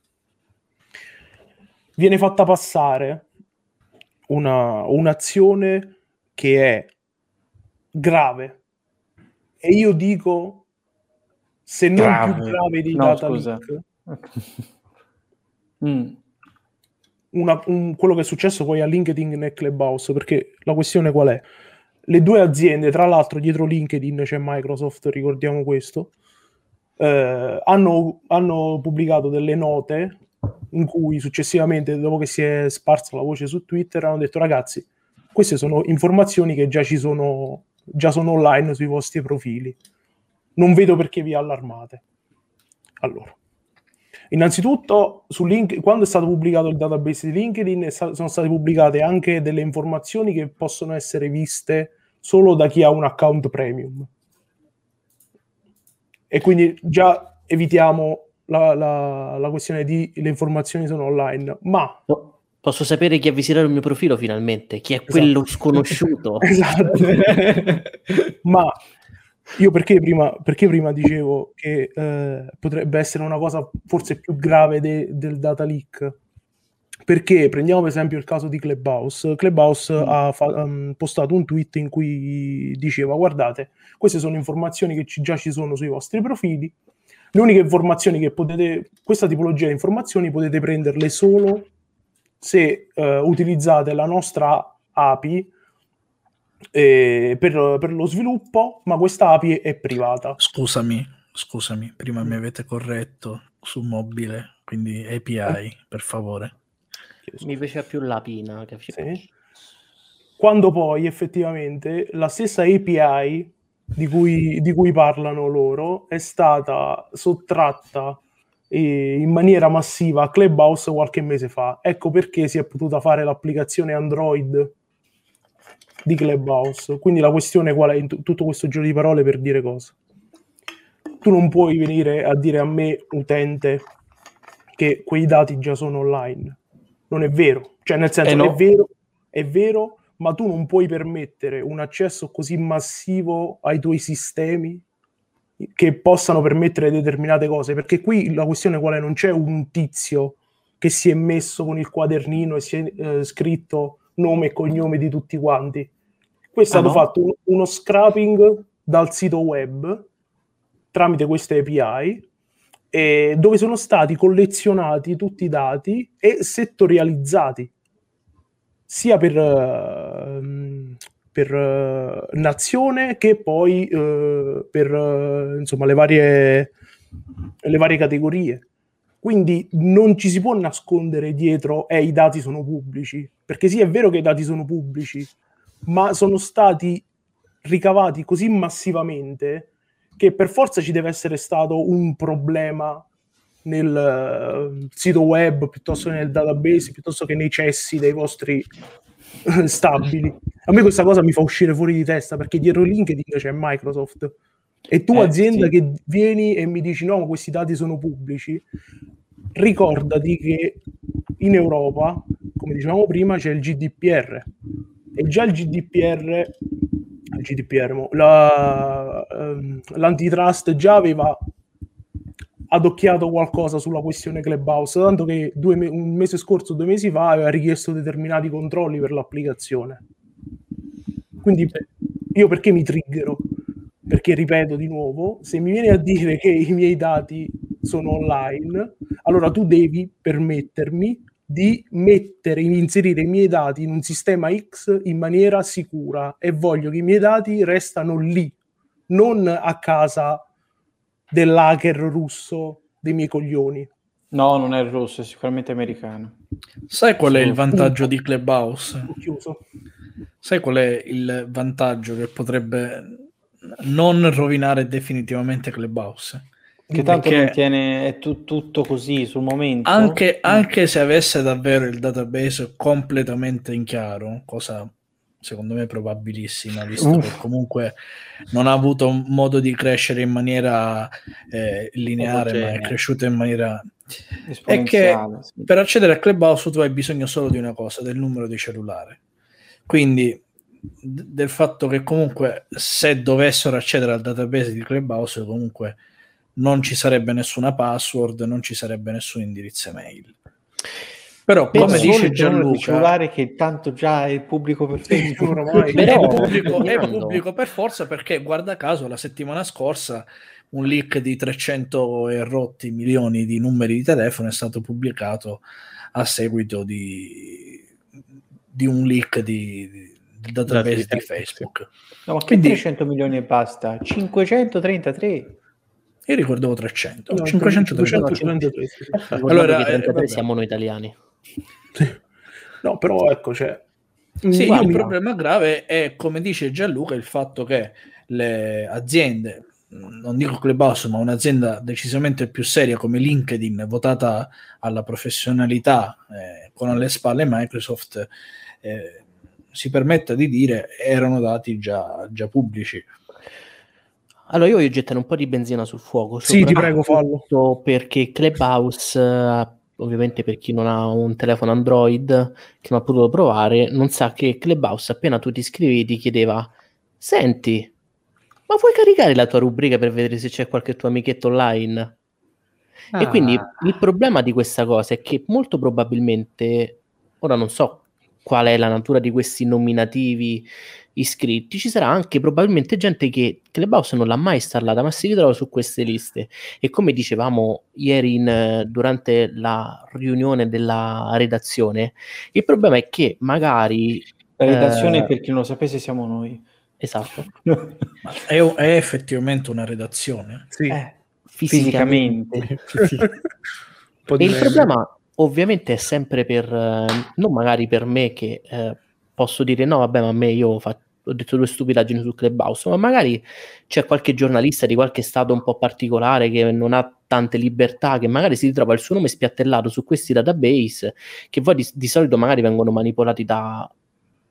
viene fatta passare una, un'azione che è grave e io dico se non grave. più grave di no, data scusa. leak mm. una, un, quello che è successo poi a LinkedIn e Clubhouse, perché la questione qual è? Le due aziende, tra l'altro dietro LinkedIn c'è Microsoft, ricordiamo questo, eh, hanno, hanno pubblicato delle note in cui successivamente, dopo che si è sparsa la voce su Twitter, hanno detto ragazzi, queste sono informazioni che già ci sono, già sono online sui vostri profili, non vedo perché vi allarmate. Allora, innanzitutto su link, quando è stato pubblicato il database di LinkedIn sta- sono state pubblicate anche delle informazioni che possono essere viste solo da chi ha un account premium, e quindi già evitiamo la, la, la questione di le informazioni sono online. Ma posso sapere chi ha visitato il mio profilo finalmente, chi è esatto. quello sconosciuto. Esatto. Ma io perché prima, perché prima dicevo che eh, potrebbe essere una cosa forse più grave de, del data leak? Perché prendiamo per esempio il caso di Clubhouse. Clubhouse mm. ha fa, um, postato un tweet in cui diceva guardate, queste sono informazioni che ci, già ci sono sui vostri profili, le uniche informazioni che potete, questa tipologia di informazioni potete prenderle solo se uh, utilizzate la nostra A P I Eh, per, per lo sviluppo, ma questa A P I è privata. Scusami, scusami, prima mm. mi avete corretto su mobile, quindi A P I, eh. per favore. Mi piaceva più la pina. Che sì. Quando poi effettivamente la stessa A P I di cui, di cui parlano loro è stata sottratta eh, in maniera massiva a Clubhouse qualche mese fa. Ecco perché si è potuta fare l'applicazione Android di Clubhouse. Quindi la questione qual è in t- tutto questo giro di parole per dire cosa? Tu non puoi venire a dire a me, utente, che quei dati già sono online. Non è vero. Cioè, nel senso, Eh no. è vero, è vero, ma tu non puoi permettere un accesso così massivo ai tuoi sistemi che possano permettere determinate cose, perché qui la questione qual è? Non c'è un tizio che si è messo con il quadernino e si è eh, scritto nome e cognome di tutti quanti. Qui è stato no? fatto un- uno scrapping dal sito web tramite queste A P I, eh, dove sono stati collezionati tutti i dati e settorializzati, sia per, eh, per eh, nazione che poi eh, per eh, insomma le varie, le varie categorie. Quindi non ci si può nascondere dietro eh, i dati sono pubblici, perché sì, è vero che i dati sono pubblici, ma sono stati ricavati così massivamente che per forza ci deve essere stato un problema nel uh, sito web, piuttosto che nel database, piuttosto che nei cessi dei vostri uh, stabili. A me questa cosa mi fa uscire fuori di testa, perché dietro LinkedIn c'è Microsoft. E tu, Eh, azienda, sì. che vieni e mi dici no, ma questi dati sono pubblici, ricordati che in Europa, come dicevamo prima, c'è il G D P R. E già il G D P R, il G D P R, mo, la, ehm, l'antitrust già aveva adocchiato qualcosa sulla questione Clubhouse, tanto che due me- un mese scorso, due mesi fa, aveva richiesto determinati controlli per l'applicazione. Quindi io perché mi triggero? Perché, ripeto di nuovo, se mi viene a dire che i miei dati sono online, allora tu devi permettermi di mettere, inserire i miei dati in un sistema X in maniera sicura, e voglio che i miei dati restano lì, non a casa dell'hacker russo dei miei coglioni. No, non è russo, è sicuramente americano. Sai qual è il Assolutamente. vantaggio di Clubhouse? Ho chiuso. Sai qual è il vantaggio che potrebbe non rovinare definitivamente Clubhouse? Che tanto Perché non tiene, è tu- tutto così sul momento. anche, anche se avesse davvero il database completamente in chiaro, cosa secondo me probabilissima, visto Uff. che comunque non ha avuto modo di crescere in maniera eh, lineare, ma è Omogenea. cresciuto in maniera... È che Esponenziale, sì. per accedere a Clubhouse tu hai bisogno solo di una cosa, del numero di cellulare. Quindi d- del fatto che comunque se dovessero accedere al database di Clubhouse, comunque non ci sarebbe nessuna password, non ci sarebbe nessun indirizzo email. Però Per come solo dice il numero di Gianluca, cellulare, che tanto già è pubblico per Facebook. Ormai. Però- è pubblico, è Ferdinando. pubblico per forza, perché guarda caso la settimana scorsa un leak di trecento e rotti milioni di numeri di telefono è stato pubblicato a seguito di, di un leak di, di, del database Dati di di Facebook, Facebook. No, ma che Quindi- trecento milioni e basta? cinquecentotrentatré. Io ricordavo trecento, No, cinquecentotrenta. cinquecentotrentatré, sì. Ricordando Allora, che eh, trentatré vabbè. siamo noi italiani. No, però ecco, cioè, Sì, io il mi- problema grave è, come dice Gianluca, il fatto che le aziende, non dico Clubhouse, ma un'azienda decisamente più seria come LinkedIn, votata alla professionalità, eh, con alle spalle Microsoft, eh, si permetta di dire erano dati già, già pubblici. Allora io voglio gettare un po' di benzina sul fuoco. Sì, ti prego, fallo. soprattutto perché Clubhouse, eh, ovviamente per chi non ha un telefono Android che non ha potuto provare, non sa che Clubhouse, appena tu ti iscrivi, ti chiedeva: senti, ma vuoi caricare la tua rubrica per vedere se c'è qualche tuo amichetto online? E quindi il problema di questa cosa è che molto probabilmente, ora non so qual è la natura di questi nominativi iscritti, ci sarà anche probabilmente gente che Clubhouse non l'ha mai installata, ma si ritrova su queste liste. E come dicevamo ieri in, eh, durante la riunione della redazione, il problema è che magari La redazione, eh, per chi non lo sapesse, siamo noi. esatto, È, è effettivamente una redazione. sì. Eh, fisicamente. fisicamente. Un po' E di il meme. problema ovviamente è sempre per, eh, non magari per me che eh, posso dire no, vabbè, ma a me io ho, fatto, ho detto due stupidaggini su Clubhouse, ma magari c'è qualche giornalista di qualche stato un po' particolare che non ha tante libertà, che magari si ritrova il suo nome spiattellato su questi database, che poi di, di solito magari vengono manipolati da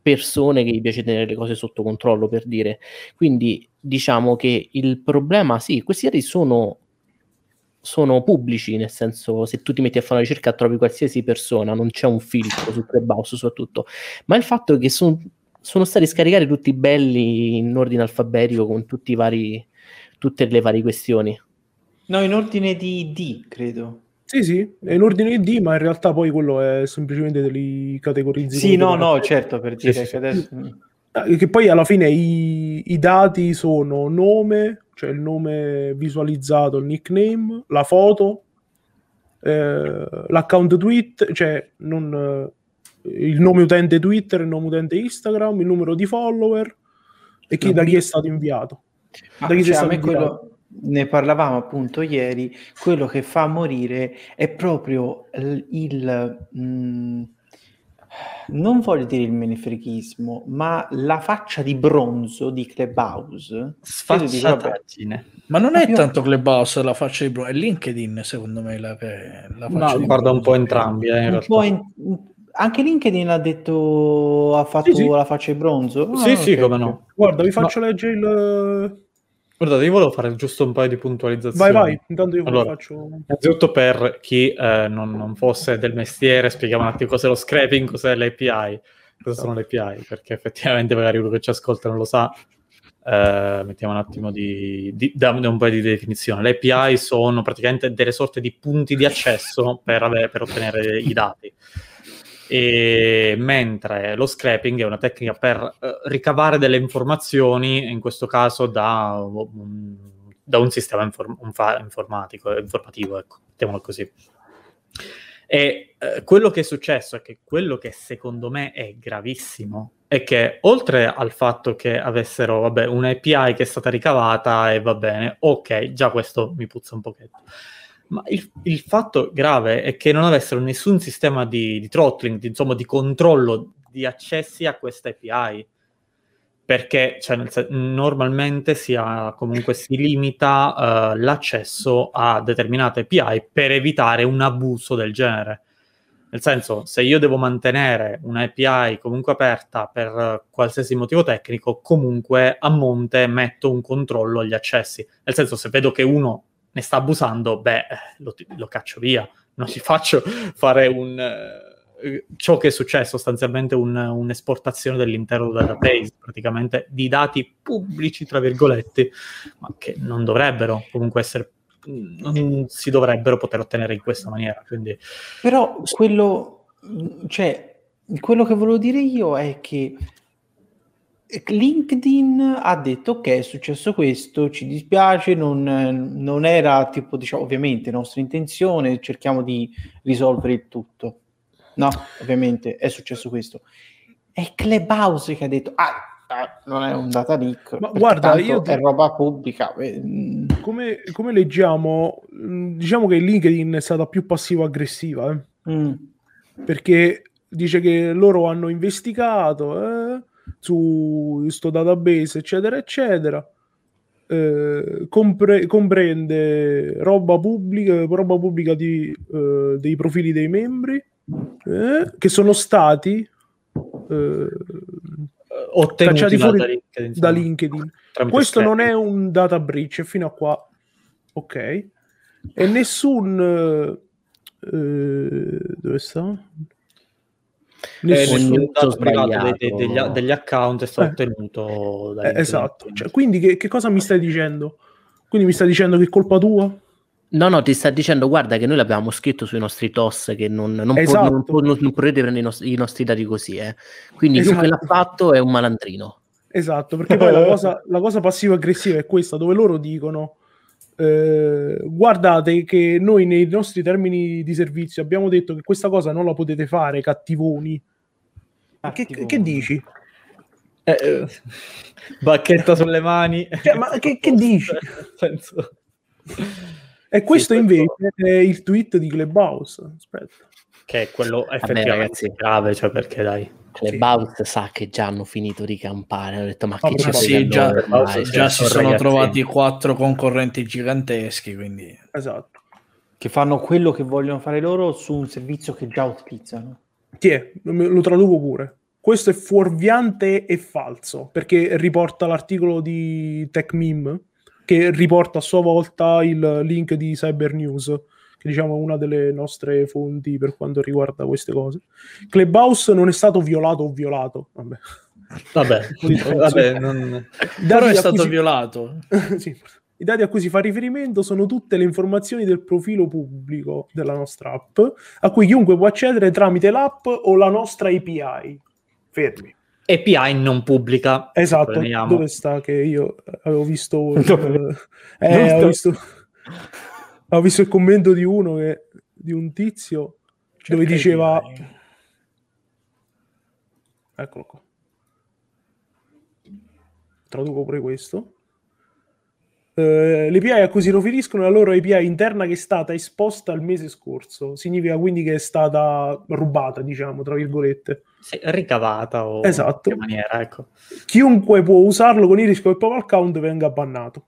persone che gli piace tenere le cose sotto controllo, per dire. Quindi diciamo che il problema, sì, questi dati sono sono pubblici, nel senso, se tu ti metti a fare una ricerca trovi qualsiasi persona, non c'è un filtro su Clubhouse soprattutto, ma il fatto è che son, sono stati scaricati tutti belli in ordine alfabetico con tutti i vari, tutte le varie questioni. No, in ordine di D, credo. Sì, sì, è in ordine D, ma in realtà poi quello è semplicemente dei categorizzi. Sì, no, no, certo, per dire sì, che sì. adesso... Che poi alla fine i, i dati sono nome, cioè il nome visualizzato, il nickname, la foto, eh, l'account Twitter, cioè non, eh, il nome utente Twitter, il nome utente Instagram, il numero di follower e chi, da chi è stato inviato. Ma Da chi cioè, sei a stato me inviato. quello, ne parlavamo appunto ieri, quello che fa morire è proprio il, il mh, non voglio dire il menefreghismo, ma la faccia di bronzo di Clubhouse. Sfacciataggine. Ma non Ma è più- tanto Clubhouse la faccia di Bruno, è LinkedIn secondo me la, che, la Ma faccia di guarda un bronzo. po' entrambi, eh, in un realtà. po' in- anche LinkedIn ha detto ha fatto Sì, sì. la faccia di bronzo. Sì, Ah, sì, ok, come ok. no. Guarda, vi Ma- faccio leggere il... Guardate, io volevo fare giusto un paio di puntualizzazioni. Vai, vai, intanto io Allora, faccio... innanzitutto per chi eh, non, non fosse del mestiere, spieghiamo un attimo cos'è lo scraping, cos'è l'A P I, cosa sono le A P I, perché effettivamente magari uno che ci ascolta non lo sa. Eh, mettiamo un attimo di, di da un po' di definizione. Le A P I sono praticamente delle sorte di punti di accesso per, avere, per ottenere i dati. E mentre lo scraping è una tecnica per eh, ricavare delle informazioni, in questo caso da un, da un sistema inform- un fa- informatico, informativo, ecco, mettiamolo così. E eh, quello che è successo è che quello che secondo me è gravissimo è che oltre al fatto che avessero, vabbè, un'A P I che è stata ricavata e va bene, ok, già questo mi puzza un pochetto. Ma il, il fatto grave è che non avessero nessun sistema di, di throttling, di, insomma, di controllo di accessi a questa A P I. Perché cioè, nel, normalmente si ha, comunque si limita uh, l'accesso a determinate A P I per evitare un abuso del genere. Nel senso, se io devo mantenere un'A P I comunque aperta per uh, qualsiasi motivo tecnico, comunque a monte metto un controllo agli accessi. Nel senso, se vedo che uno ne sta abusando, beh, lo, lo caccio via. Non ci faccio fare un... Uh, ciò che è successo, sostanzialmente un, un'esportazione dell'intero database, praticamente di dati pubblici, tra virgolette, ma che non dovrebbero comunque essere... non si dovrebbero poter ottenere in questa maniera. Quindi... Però quello, cioè, quello che volevo dire io è che LinkedIn ha detto ok, è successo questo, ci dispiace, non, non era tipo, diciamo, ovviamente nostra intenzione, cerchiamo di risolvere il tutto. No, ovviamente è successo questo. È Clubhouse che ha detto ah, non è un data leak, ma guarda, io ti... è roba pubblica. Come, come leggiamo, diciamo che LinkedIn è stata più passivo-aggressiva, eh? mm. perché dice che loro hanno investigato eh, su questo database, eccetera, eccetera. Eh, compre- comprende roba pubblica, roba pubblica di, eh, dei profili dei membri eh, che sono stati eh, ottenuti fuori da LinkedIn. Da LinkedIn. Questo non è un data breach, fino a qua ok, e nessun eh, dove sta? Nessun eh, dato privato dei, degli, degli account è stato eh. ottenuto da eh, esatto, cioè, quindi che, che cosa mi stai dicendo? Quindi mi stai dicendo che è colpa tua? No, no, ti sta dicendo, guarda che noi l'abbiamo scritto sui nostri T O S che non, non, esatto. può, non, può, non potete prendere i nostri, i nostri dati così, eh. Quindi esatto. Chiunque l'ha fatto è un malandrino. Esatto, perché poi la cosa, la cosa passivo-aggressiva è questa, dove loro dicono eh, guardate che noi nei nostri termini di servizio abbiamo detto che questa cosa non la potete fare, cattivoni. Cattivoni. Che, che dici? Eh, eh, bacchetta sulle mani. Cioè, ma che, che dici? Senso... E questo sì, invece questo... è il tweet di Clubhouse. Aspetta. Che è quello effettivamente Vabbè, ragazzi, grave, cioè perché dai. Clubhouse sì. Sa che già hanno finito di campare, hanno detto ma che ah, c'è sì, già, ormai, già si sono ragazzini. Trovati quattro concorrenti giganteschi, quindi esatto. Che fanno quello che vogliono fare loro su un servizio che già utilizzano. Chi è? Lo traduco pure. questo è fuorviante e falso, perché riporta l'articolo di TechMeme, che riporta a sua volta il link di Cyber News, che diciamo è una delle nostre fonti per quanto riguarda queste cose. Clubhouse non è stato violato o violato, vabbè. Vabbè, vabbè non... però è stato si... violato. Sì. I dati a cui si fa riferimento sono tutte le informazioni del profilo pubblico della nostra app, a cui chiunque può accedere tramite l'app o la nostra A P I. Fermi. A P I non pubblica. Esatto, dove sta che io avevo visto... eh, eh, avevo, visto avevo visto il commento di uno, che, di un tizio, C'è dove diceva... A P I. Eccolo qua. Traduco pure questo. Uh, le A P I a cui si riferiscono è la loro A P I interna che è stata esposta il mese scorso. Significa quindi che è stata rubata, diciamo, tra virgolette. Sì, ricavata o esatto. in maniera, ecco. Chiunque può usarlo con il rischio che il proprio account venga bannato.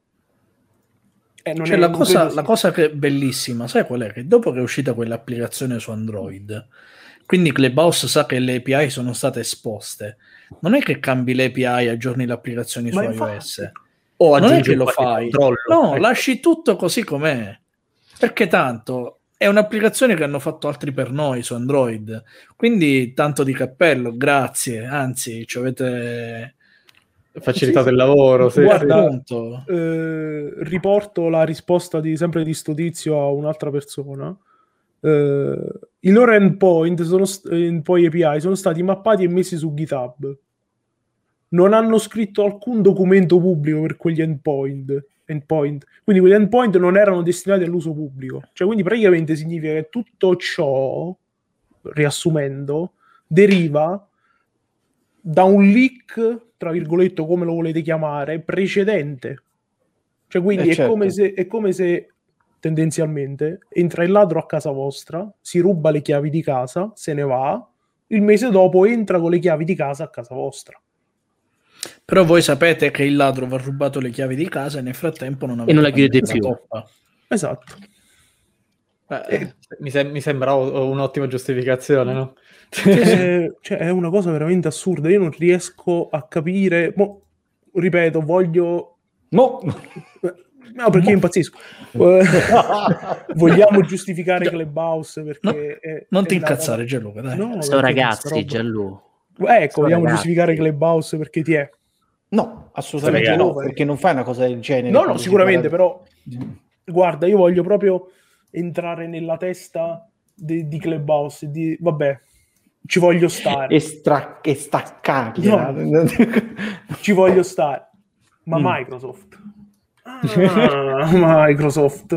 Eh, non cioè, è, la, cosa, la cosa che è bellissima, sai qual è? Che dopo che è uscita quell'applicazione su Android, quindi Clubhouse sa che le A P I sono state esposte. Non è che cambi le A P I e aggiorni le applicazioni Ma su infatti... iOS. O non è che lo fai, controllo. no, ecco. Lasci tutto così com'è, perché tanto è un'applicazione che hanno fatto altri per noi su Android, quindi tanto di cappello, grazie, anzi ci avete facilitato sì, il lavoro. Sì, guarda, sì. Eh, riporto la risposta di sempre di sto tizio a un'altra persona. Eh, i loro endpoint sono st- poi A P I sono stati mappati e messi su GitHub. Non hanno scritto alcun documento pubblico per quegli endpoint, endpoint. Quindi quegli endpoint non erano destinati all'uso pubblico. Cioè, quindi praticamente significa che tutto ciò, riassumendo, deriva da un leak, tra virgolette, come lo volete chiamare, precedente. Cioè, quindi eh è, certo. come se, è come se tendenzialmente entra il ladro a casa vostra, si ruba le chiavi di casa, se ne va, il mese dopo entra con le chiavi di casa a casa vostra. Però voi sapete che il ladro va rubato le chiavi di casa e nel frattempo non avete e non la chiudete più. Toppa. Esatto. Eh, eh. Mi, sem- mi sembra un'ottima giustificazione, no? È, cioè, è una cosa veramente assurda. Io non riesco a capire. Mo, ripeto, voglio. No, no perché Mo. impazzisco. Vogliamo giustificare Gia... Clubhouse perché. No, è, non è ti incazzare, Gianluca. Dai. No, sono ragazzi, Gianluca. Ecco, sono vogliamo ragazzi. giustificare Clubhouse perché ti è. No, assolutamente no, perché non fai una cosa del genere. No, no, sicuramente, però. Guarda, io voglio proprio entrare nella testa di, di Clubhouse, di vabbè, ci voglio stare e, stra- e staccarli, no, ci voglio stare, ma mm. Microsoft ah, Microsoft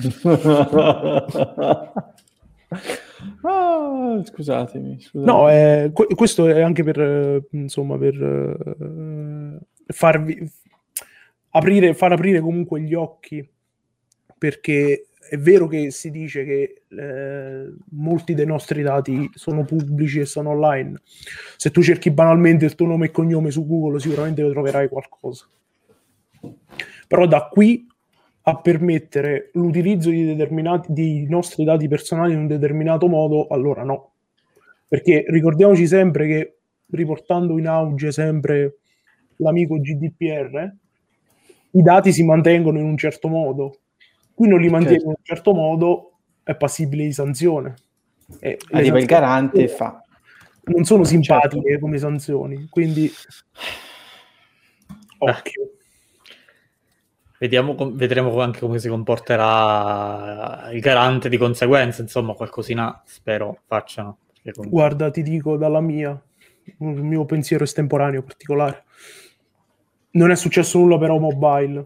ah, scusatemi, scusatemi. No, eh, que- questo è anche per eh, insomma per eh, farvi aprire, far aprire comunque gli occhi, perché è vero che si dice che eh, molti dei nostri dati sono pubblici e sono online. Se tu cerchi banalmente il tuo nome e cognome su Google, sicuramente troverai qualcosa. Però da qui a permettere l'utilizzo di determinati di nostri dati personali in un determinato modo, allora no. Perché ricordiamoci sempre che, riportando in auge sempre l'amico G D P R, i dati si mantengono in un certo modo. Qui non li mantiene certo. in un certo modo, è passibile di sanzione. E arriva il garante e fa. Non sono simpatiche certo. come sanzioni, quindi occhio. Vediamo, vedremo anche come si comporterà il garante di conseguenza, insomma, qualcosina spero facciano. Comunque... Guarda, ti dico dalla mia, il mio pensiero estemporaneo particolare. Non è successo nulla per mobile.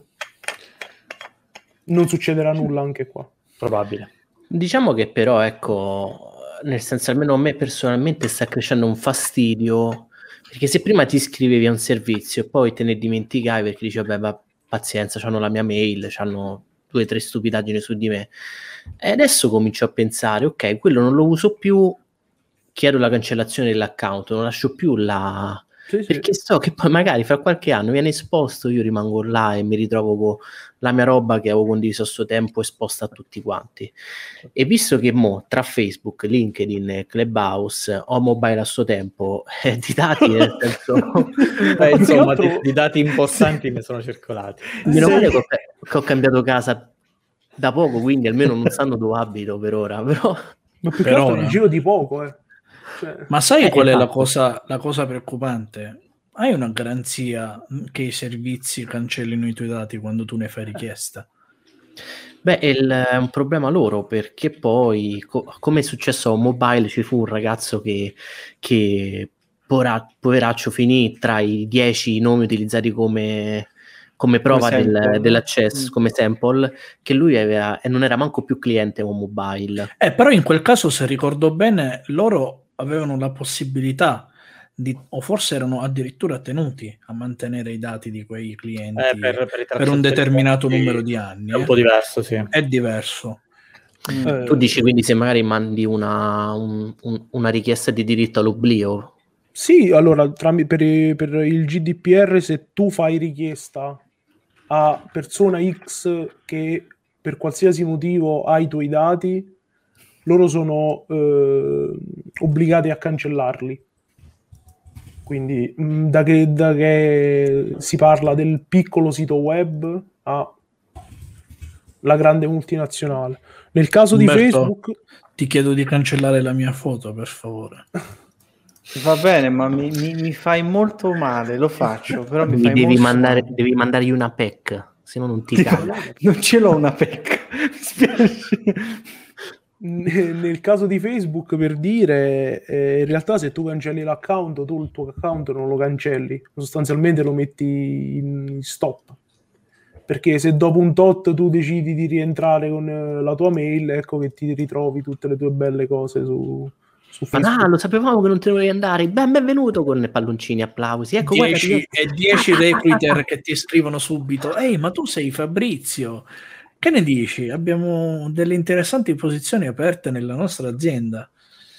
Non succederà nulla anche qua. Probabile. Diciamo che però, ecco, nel senso, almeno a me personalmente sta crescendo un fastidio, perché se prima ti iscrivevi a un servizio e poi te ne dimenticavi perché dici, vabbè, va, pazienza, c'hanno la mia mail, c'hanno due o tre stupidaggini su di me, e adesso comincio a pensare, ok, quello non lo uso più, chiedo la cancellazione dell'account, non lascio più la, Sì, sì. Perché so che poi magari fra qualche anno viene esposto, io rimango là e mi ritrovo con la mia roba che avevo condiviso a suo tempo esposta a tutti quanti. E visto che mo tra Facebook, LinkedIn, Clubhouse ho mobile a suo tempo, eh, di dati nel senso Beh, insomma, altro- di, di dati importanti ne sono circolati. meno Sì. male che ho, che ho cambiato casa da poco, quindi almeno non sanno dove abito per ora, però Ma più che Per altro ora. nel giro di poco, eh. Cioè, Ma sai Eh, qual è la esatto. cosa, la cosa preoccupante? Hai una garanzia che i servizi cancellino i tuoi dati quando tu ne fai richiesta? beh, è, il- è un problema loro, perché poi, co- come è successo a un mobile, ci fu un ragazzo che, che pora- poveraccio finì tra i dieci nomi utilizzati come, come prova Come del- sample, dell'accesso, mm. come sample, che lui aveva, e non era manco più cliente con mobile. Eh, però in quel caso, se ricordo bene, loro avevano la possibilità di, o forse erano addirittura tenuti a mantenere i dati di quei clienti Eh, per, per, i per un tracciatori determinato conti numero di anni. È un eh. po' diverso, sì. È diverso. Mm. eh, Tu dici quindi se magari mandi una, un- un- una richiesta di diritto all'oblio? Sì, allora tramite, per, i- per il G D P R, se tu fai richiesta a persona X che per qualsiasi motivo ha i tuoi dati, loro sono eh, obbligati a cancellarli. Quindi mh, da che, da che si parla del piccolo sito web a la grande multinazionale. Nel caso di Umberto, Facebook, ti chiedo di cancellare la mia foto, per favore. Va bene, ma mi, mi- mi fai molto male, lo faccio, però mi Mi fai devi, molto mandare, male. devi mandargli una P E C, se no non ti caga. Non ce l'ho una pecca, mi spiace. ne- nel caso di Facebook, per dire, eh, in realtà se tu cancelli l'account, tu il tuo account non lo cancelli, sostanzialmente lo metti in stop. Perché se dopo un tot tu decidi di rientrare con eh, la tua mail, ecco che ti ritrovi tutte le tue belle cose su, su Ma Facebook. no, lo sapevamo che non te ne dovevi andare. Ben, benvenuto con i palloncini, applausi. Ecco, guarda, dieci ti- e dieci recruiter che ti scrivono subito: ehi, ma tu sei Fabrizio, che ne dici? Abbiamo delle interessanti posizioni aperte nella nostra azienda.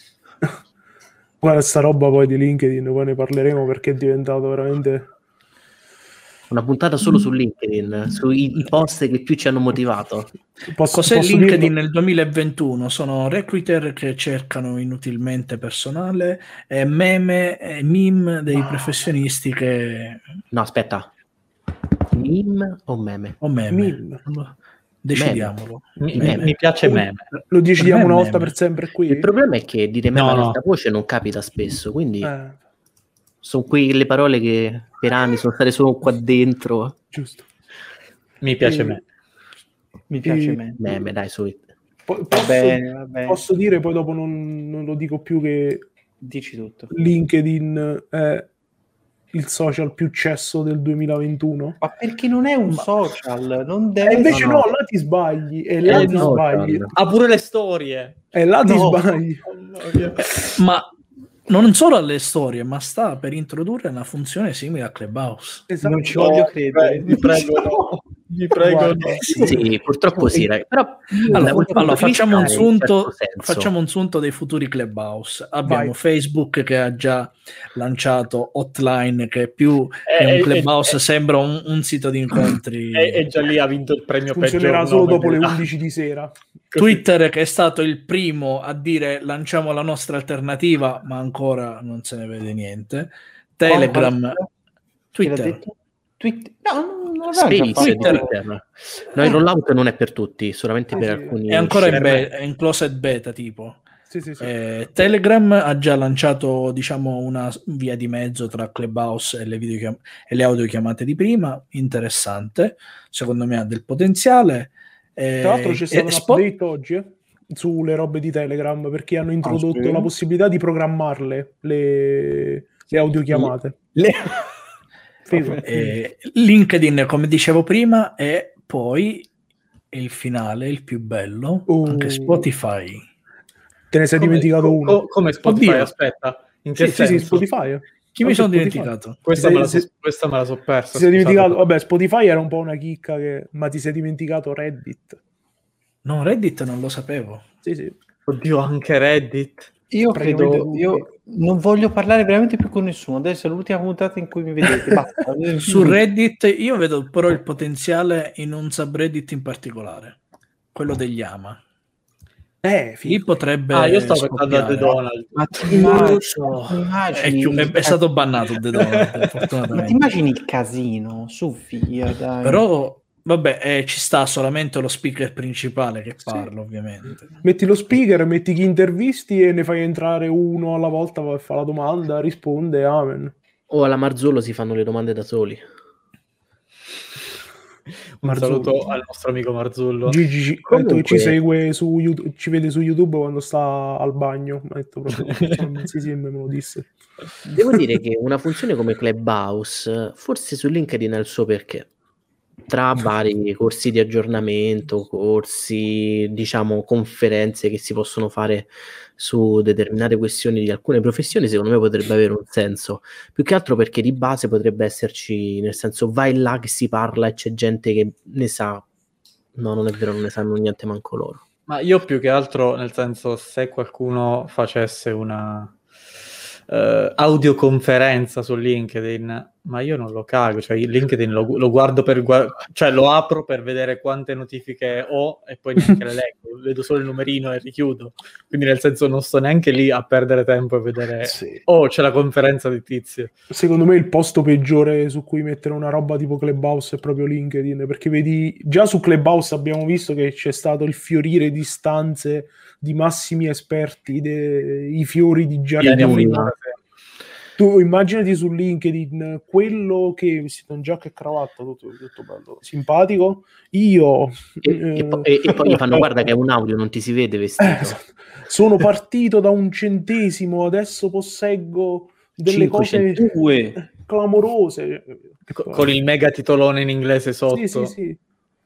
Guarda sta roba poi di LinkedIn, poi ne parleremo perché è diventato veramente... una puntata solo su LinkedIn, sui i post che più ci hanno motivato. Posso, Cos'è posso LinkedIn dirlo? nel duemilaventuno? Sono recruiter che cercano inutilmente personale e meme e meme dei professionisti che... No, aspetta. Meme o meme? o meme. Meme. Decidiamolo. Mi, Meme. mi piace Come- meme. Lo decidiamo Per me una è volta meme. per sempre qui? Il problema è che dire meme No, ad no. alta voce non capita spesso, quindi Eh, sono quelle parole che per anni sono state solo qua dentro. giusto. Mi piace Eh, me. Mi piace Eh, me. Meme, dai, su. Po- Va posso, bene, va bene. posso dire, poi dopo non, non lo dico più, che Dici tutto. LinkedIn è il social più cesso del duemilaventuno? Ma perché non è un social, non E deve invece no, no, no. là ti sbagli, e là Eh, ti no, sbagli, social. Ha pure le storie. e là ti No. sbagli. Mamma mia. Ma non solo alle storie, ma sta per introdurre una funzione simile a Clubhouse. Esatto. Non ci voglio credere. Vi prego, no. Vi prego, Guarda, no. Sì, purtroppo sì, ragazzi. Però da Allora, quel punto allora, di vista facciamo, un è in sunto, certo senso. facciamo un sunto dei futuri Clubhouse. Abbiamo Vai. Facebook che ha già lanciato Hotline, che più che Eh, un eh, Clubhouse eh, sembra un, un sito di incontri. E, e già lì ha vinto il premio funzionerà peggior solo nome dopo le della- undici di sera. Twitter, che è stato il primo a dire lanciamo la nostra alternativa, ma ancora non se ne vede niente. Telegram, Chi l'ha Twitter. detto? Twitter? No, non non l'avevamo già Space fatto. di Twitter. No, il rollout non è per tutti, solamente Ah, per sì. alcuni. È ancora in, scelte. be- è in closet beta, tipo. Sì, sì, sì. Eh, Telegram ha già lanciato, diciamo, una via di mezzo tra Clubhouse e le, videochiam- e le audiochiamate di prima. Interessante, secondo me ha del potenziale. Eh, Tra l'altro c'è e- stato un Spot- update oggi eh, sulle robe di Telegram, perché hanno introdotto sì? la possibilità di programmarle le, le audiochiamate. Le- Figo. eh, LinkedIn, come dicevo prima, e poi il finale, il più bello, Oh. anche Spotify. Te ne sei Come- dimenticato co- uno. co- come Spotify? Oddio. Aspetta, in che Sì, sì, sì, senso? Spotify. eh. Chi mi Anche sono Spotify. dimenticato? Questa, Ti me la sei- so, questa me la so persa. Ti sei scusate. dimenticato, vabbè, Spotify era un po' una chicca, che... ma ti sei dimenticato Reddit. No, Reddit non lo sapevo. Sì, sì. Oddio, anche Reddit. Io credo, io non voglio parlare veramente più con nessuno. Adesso è l'ultima puntata in cui mi vedete. Basta. Su Reddit io vedo però il potenziale in un subreddit in particolare, quello degli ama. Eh, Lì potrebbe ah, io stavo pensando a The scoppiare. Donald. Ma ti Non immagini, lo so. È, immagini chiu- è- il è stato casino. bannato The Donald, Ma ti fortunatamente. immagini il casino? Su, via, dai. Però vabbè, eh, ci sta solamente lo speaker principale che Sì. parla, ovviamente. Metti lo speaker, metti chi intervisti e ne fai entrare uno alla volta, va- fa la domanda, risponde, amen. O alla Marzullo si fanno le domande da soli. Un Marzullo. saluto al nostro amico Marzullo. Gigi ci, Comunque- ha detto che ci segue su YouTube, ci vede su YouTube quando sta al bagno. Ha detto proprio, sì, sì, me lo disse. Devo dire che una funzione come Clubhouse, forse su LinkedIn ha il suo perché. Tra vari corsi di aggiornamento, corsi, diciamo, conferenze che si possono fare su determinate questioni di alcune professioni, secondo me potrebbe avere un senso. Più che altro perché di base potrebbe esserci, nel senso, vai là che si parla e c'è gente che ne sa. No, non è vero, non ne sanno niente manco loro. Ma io più che altro, nel senso, se qualcuno facesse una eh, audioconferenza su LinkedIn, ma io non lo cago, cioè il LinkedIn lo, lo guardo per gua- cioè lo apro per vedere quante notifiche ho e poi neanche le leggo, vedo solo il numerino e richiudo. Quindi nel senso non sto neanche lì a perdere tempo e vedere Sì. oh, c'è la conferenza di Tizio. Secondo me il posto peggiore su cui mettere una roba tipo Clubhouse è proprio LinkedIn, perché vedi, già su Clubhouse abbiamo visto che c'è stato il fiorire di stanze di massimi esperti, dei fiori di giardino. nulla. Tu immaginati su LinkedIn quello che vestito in giacca e cravatta, tutto, tutto bello, simpatico. Io E, eh, e po- e- e poi gli fanno guarda che è un audio, non ti si vede vestito. eh, esatto. Sono partito da un centesimo, adesso posseggo delle cose cinquecentodue clamorose. Co- con il mega titolone in inglese sotto. Sì, sì, sì.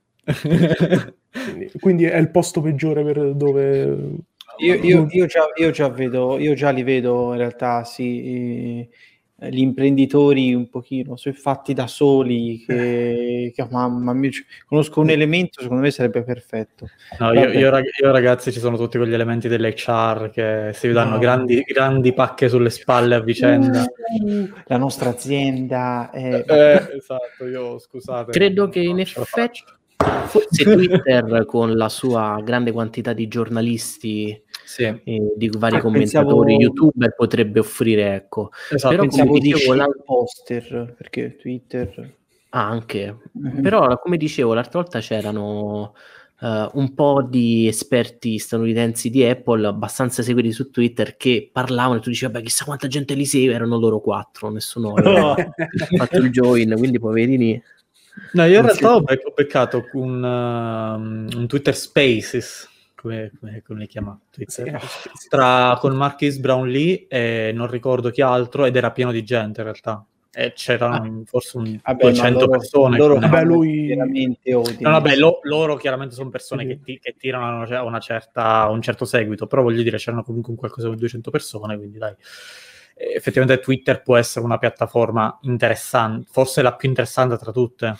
Quindi, quindi è il posto peggiore per dove... Io, io, io, già, io già vedo, io già li vedo in realtà, sì, eh, gli imprenditori un pochino sui fatti da soli che, che mamma mia, cioè, conosco un elemento, secondo me sarebbe perfetto. No, io, Vabbè. io, rag- io, ragazzi, ci sono tutti quegli elementi dell'H R che si danno No. grandi, grandi pacche sulle spalle a vicenda. Uh, la nostra azienda è... Eh, esatto, io scusate. Credo non- che in non ce la effetti faccio. forse Twitter con la sua grande quantità di giornalisti Sì, e di vari Ah, commentatori, pensavo- youtuber potrebbe offrire, ecco. esatto. Però Pensavo come di dicevo la- poster, perché Twitter... ah, anche. Mhm. Però come dicevo l'altra volta c'erano eh, un po' di esperti statunitensi di Apple abbastanza seguiti su Twitter che parlavano e tu dici vabbè chissà quanta gente li segue, erano loro quattro, nessuno aveva fatto il join, quindi poverini. No, io in Non realtà si- ho, bec- ho beccato un, um, un Twitter Spaces, come, come, come li chiama Twitter, tra, con Marquis Brownlee e non ricordo chi altro, ed era pieno di gente in realtà. E c'erano forse un Vabbè, ma duecento loro- persone. loro quindi- Vabbè, fanno lui- veramente audience. No, vabbè, lo- loro chiaramente sono persone Sì. che, ti- che tirano a una, una certa, un certo seguito, però voglio dire, c'erano comunque un qualcosa come duecento persone, quindi dai. Eh, Effettivamente Twitter può essere una piattaforma interessante, forse la più interessante tra tutte,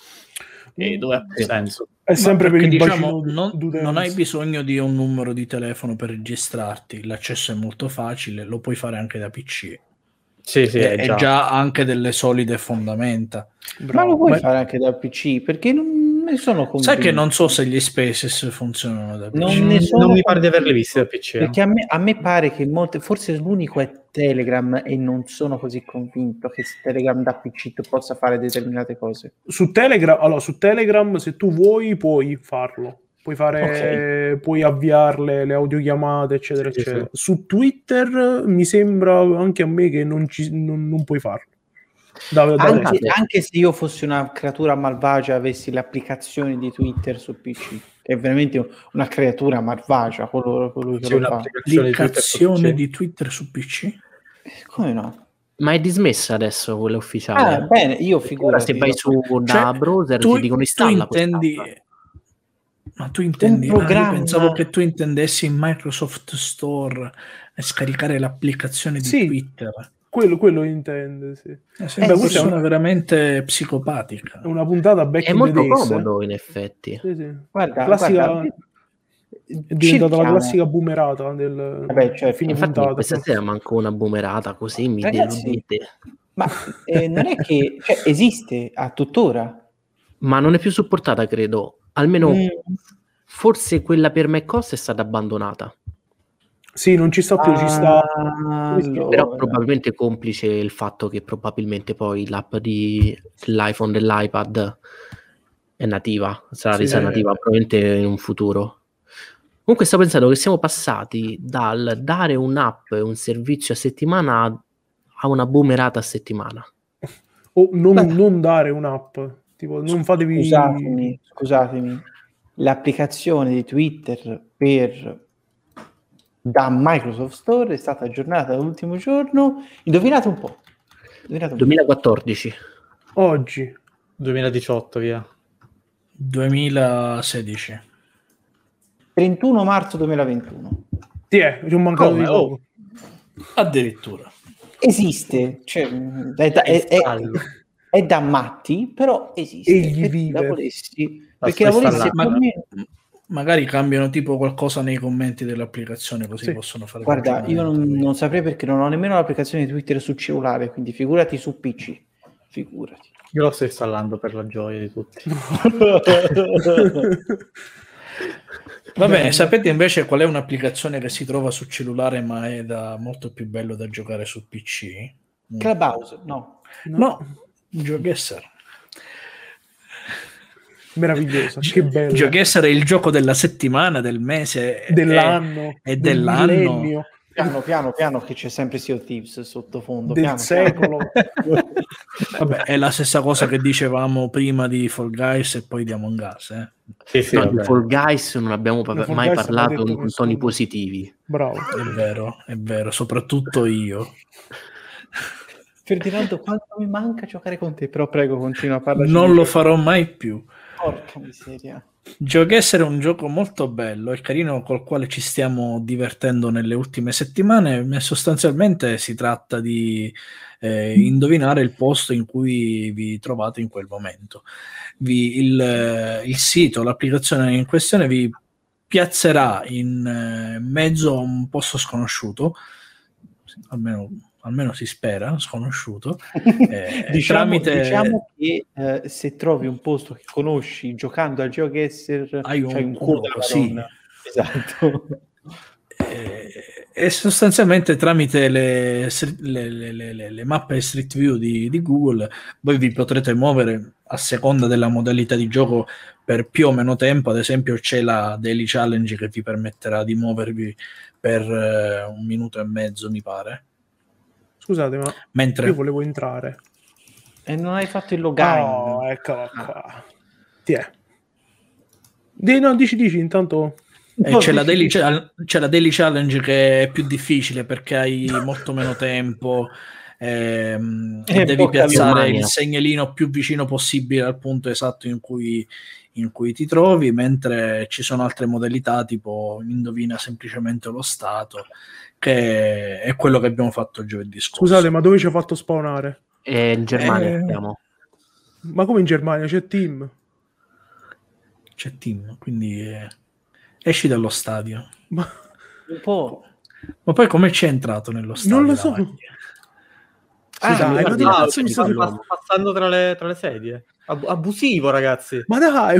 e dove ha più Sì. senso. È sempre per Perché, il diciamo, bacino non, d'utenza. non hai bisogno di un numero di telefono per registrarti, l'accesso è molto facile, lo puoi fare anche da P C. Sì, sì, è, è è già. già anche delle solide fondamenta. Ma Bravo. lo puoi Ma- fare anche da P C, perché non ne sono convinto. Sai che non so se gli Spaces funzionano da P C. Non ne sono Non mi pare di averle convinto, viste da P C. eh. Perché a me, a me pare che molte, forse l'unico è Telegram e non sono così convinto che su Telegram da P C tu possa fare determinate cose. Su Telegram, allora, su Telegram se tu vuoi puoi farlo. Puoi fare, puoi avviarle le audiochiamate, eccetera, Sì, eccetera. sì. Su Twitter mi sembra anche a me che non, ci, non, non puoi farlo. Da, da Anche, adesso. anche se io fossi una creatura malvagia e avessi le applicazioni di Twitter su P C, che è veramente una creatura malvagia colui, colui che Sì, lo fa. un'applicazione di Twitter su L'applicazione P C. di Twitter su P C? Come no? Ma è dismessa adesso quella ufficiale? Ah, bene, io Perché ora figurati. se vai io- su da Cioè, browser tu, ti dicono tu installa intendi... quest'app. Ma tu intendi... Un ah, programma- io pensavo che tu intendessi in Microsoft Store e scaricare l'applicazione di Sì. Twitter. Quello, quello intende, sì. Eh, sei una Beh, questa è persona una, veramente psicopatica. è una puntata back È in molto the days, comodo in effetti. eh. Sì, sì. Guarda, Classica... guarda, È diventata cerchiamo. la classica boomerata del Vabbè, certo. fine Infatti puntata. questa sera manco una boomerata, così mi Ragazzi, deludete. Ma eh, non è che cioè, esiste a tuttora. Ma non è più supportata, credo. Almeno Mm. forse quella per macOS è stata abbandonata. Sì, non ci sta più, ci sta. Allora. Però probabilmente complice il fatto che probabilmente poi l'app di l'iPhone dell'iPad è nativa, sarà Sì, resa sì. nativa probabilmente in un futuro. Comunque sto pensando che siamo passati dal dare un'app e un servizio a settimana a una boomerata a settimana. O non, Beh. non dare un'app, tipo non fatevi... Scusatemi, scusatemi. L'applicazione di Twitter per da Microsoft Store è stata aggiornata l'ultimo giorno. Indovinate un po'. Indovinate un po'. duemilaquattordici. Oggi. duemiladiciotto, via. duemilasedici. trentuno marzo duemilaventuno. Sì, è, c'è un mancato Come? di poco. Addirittura. Esiste, cioè, è, da, è- è- è da matti, però esiste. Egli perché vive. la volessi, La perché la sto volessi installando. più o meno- Magari cambiano tipo qualcosa nei commenti dell'applicazione, così Sì. possono fare Guarda, qualche io non, commento. non saprei perché non ho nemmeno l'applicazione di Twitter sul cellulare, quindi figurati su P C. Figurati. Io lo sto installando per la gioia di tutti. Va bene, sapete invece qual è un'applicazione che si trova sul cellulare ma è da molto più bello da giocare su P C? Mm. Clubhouse, no. No, GeoGuessr. Meravigliosa, che bello. GeoGuessr è il gioco della settimana, del mese, Dell'anno, e, e del dell'anno. millennio, Piano, piano, piano, che c'è sempre Sea of Thieves sottofondo. del piano, secolo. piano. Vabbè, è la stessa cosa che dicevamo prima di Fall Guys e poi di Among Us. Eh. Sì, sì, No, di vabbè. Fall Guys non abbiamo pa- No, Fall mai Guys non ha parlato detto con nessuno. toni positivi. Bravo. È vero, è vero, soprattutto io. Ferdinando, quanto mi manca giocare con te, però prego, continua a parlare. Non lo farò mai più. Porca miseria. GeoGuessr è un gioco molto bello e carino col quale ci stiamo divertendo nelle ultime settimane. e Sostanzialmente si tratta di eh, indovinare il posto in cui vi trovate in quel momento. Vi, il, il sito, l'applicazione in questione vi piazzerà in eh, mezzo a un posto sconosciuto, almeno, almeno si spera, sconosciuto. Eh, diciamo, tramite... diciamo che eh, se trovi un posto che conosci giocando a GeoGuessr Hai un c'hai un culo culo della così. Madonna. Esatto. Eh, e sostanzialmente tramite le, le, le, le, le mappe Street View di, di Google voi vi potrete muovere a seconda della modalità di gioco per più o meno tempo. Ad esempio c'è la Daily Challenge che vi permetterà di muovervi per eh, un minuto e mezzo, mi pare. Scusate, ma Mentre io volevo entrare. E non hai fatto il login. Oh, eccola qua. Ti è. Di, no, dici, dici, intanto... eh, No, c'è, la dici- daily, c'è la Daily Challenge che è più difficile perché hai molto meno tempo. Ehm, Eh, devi bocca piazzare Germania. il segnalino più vicino possibile al punto esatto in cui, in cui ti trovi, mentre ci sono altre modalità tipo indovina semplicemente lo stato, che è quello che abbiamo fatto giovedì scorso. Scusate, ma dove ci ha fatto spawnare? E in Germania Eh. siamo. Ma come in Germania? C'è Team? C'è Tim, quindi eh, esci dallo stadio. Ma Un po'. Ma poi come c'è entrato nello stadio? non lo la so. macchina? Sì, dai, mi ma guardi dove la cazzo mi faccia state di parlando? Sto passando tra le, tra le sedie. Ab- abusivo, ragazzi. Ma dai!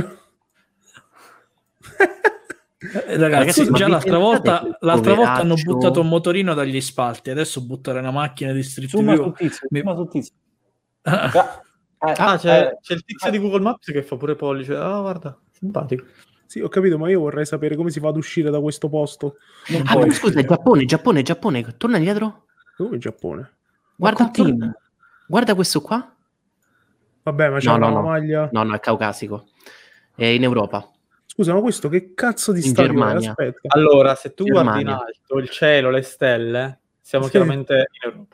Eh, Ragazzi, Ragazzi, ma già vi l'altra pensate volta, quel l'altra volta hanno poveraccio? buttato un motorino dagli spalti, adesso buttare una macchina di Street Zoom View. sul tizio, Mi- zoom sul tizio. Ah, Ah, Ah, c'è, eh, c'è il tizio di Google Maps che fa pure pollice. Ah, guarda, simpatico. Sì, ho capito, ma io vorrei sapere come si fa ad uscire da questo posto. non Ah, puoi. però scusa, Giappone, Giappone, Giappone, torna indietro. Dove in Giappone? Guarda, con Team. torna. Guarda questo qua. Vabbè, ma c'è No, una no, no. maglia. No, no, è caucasico. È in Europa. Scusa, ma questo che cazzo di In stadio è? Germania. Aspetta. Allora, se tu guardi in Germania. alto il cielo, le stelle, siamo Sì. chiaramente in Europa.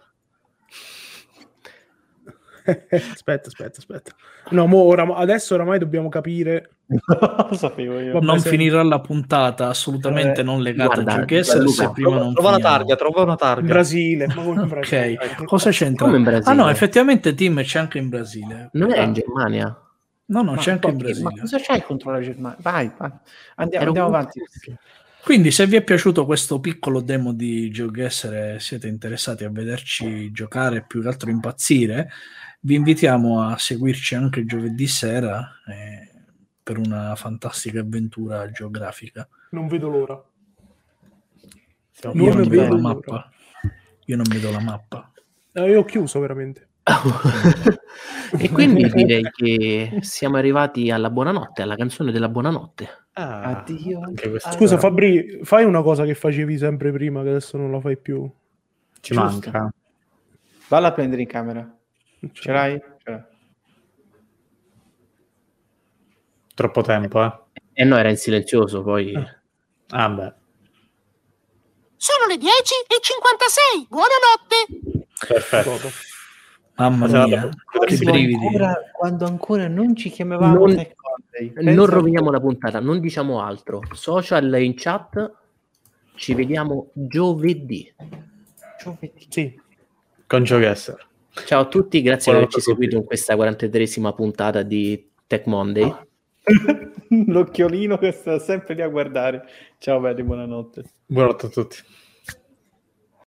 aspetta, aspetta, aspetta. No, mo ora, adesso oramai dobbiamo capire. Lo sapevo io. Vabbè, non se- finirà la puntata assolutamente Eh, non legata guarda, a GeoGuessr Gianluca, se prima Trova, non trova una finiamo. targa, trova una In targa. Brasile. Ma come in Brasile? Ok, cosa c'entra? Come in Brasile? Ah no, effettivamente Team c'è anche in Brasile. Non è Ah, in Germania. No, no, Ma, c'è anche in ma Brasile. cosa c'hai contro la Germania? Vai, vai. Andiamo, Ero andiamo con- avanti. Quindi se vi è piaciuto questo piccolo demo di GeoGuessr e siete interessati a vederci giocare e più che altro impazzire, vi invitiamo a seguirci anche giovedì sera eh, per una fantastica avventura geografica. Non vedo l'ora. Io Non non vedo vedo la l'ora. mappa. Io non vedo la mappa. Eh, io ho chiuso veramente. E quindi direi che siamo arrivati alla buonanotte, alla canzone della buonanotte. Ah, Addio. anche questo Scusa però Fabri, fai una cosa che facevi sempre prima, che adesso non la fai più. ci giusto. manca. Valla a prendere in camera. Ce l'hai? Ce l'hai. Troppo tempo, eh. E no, era in silenzioso, poi... Ah, beh. Sono le dieci e cinquantasei. Buonanotte. Perfetto. Godo. Mamma Esatto. mia, che Quando brividi. ancora, quando ancora non ci chiamavamo Non- Tech Monday. Non Pensa- roviniamo la puntata, non diciamo altro. Social in chat, ci vediamo giovedì. Giovedì. Sì. Con GeoGuessr. Ciao a tutti, grazie per Buonanotte averci a tutti. seguito in questa quarantatreesima puntata di Tech Monday. L'occhiolino che sta sempre lì a guardare. Ciao belli, buonanotte. Buonanotte a tutti.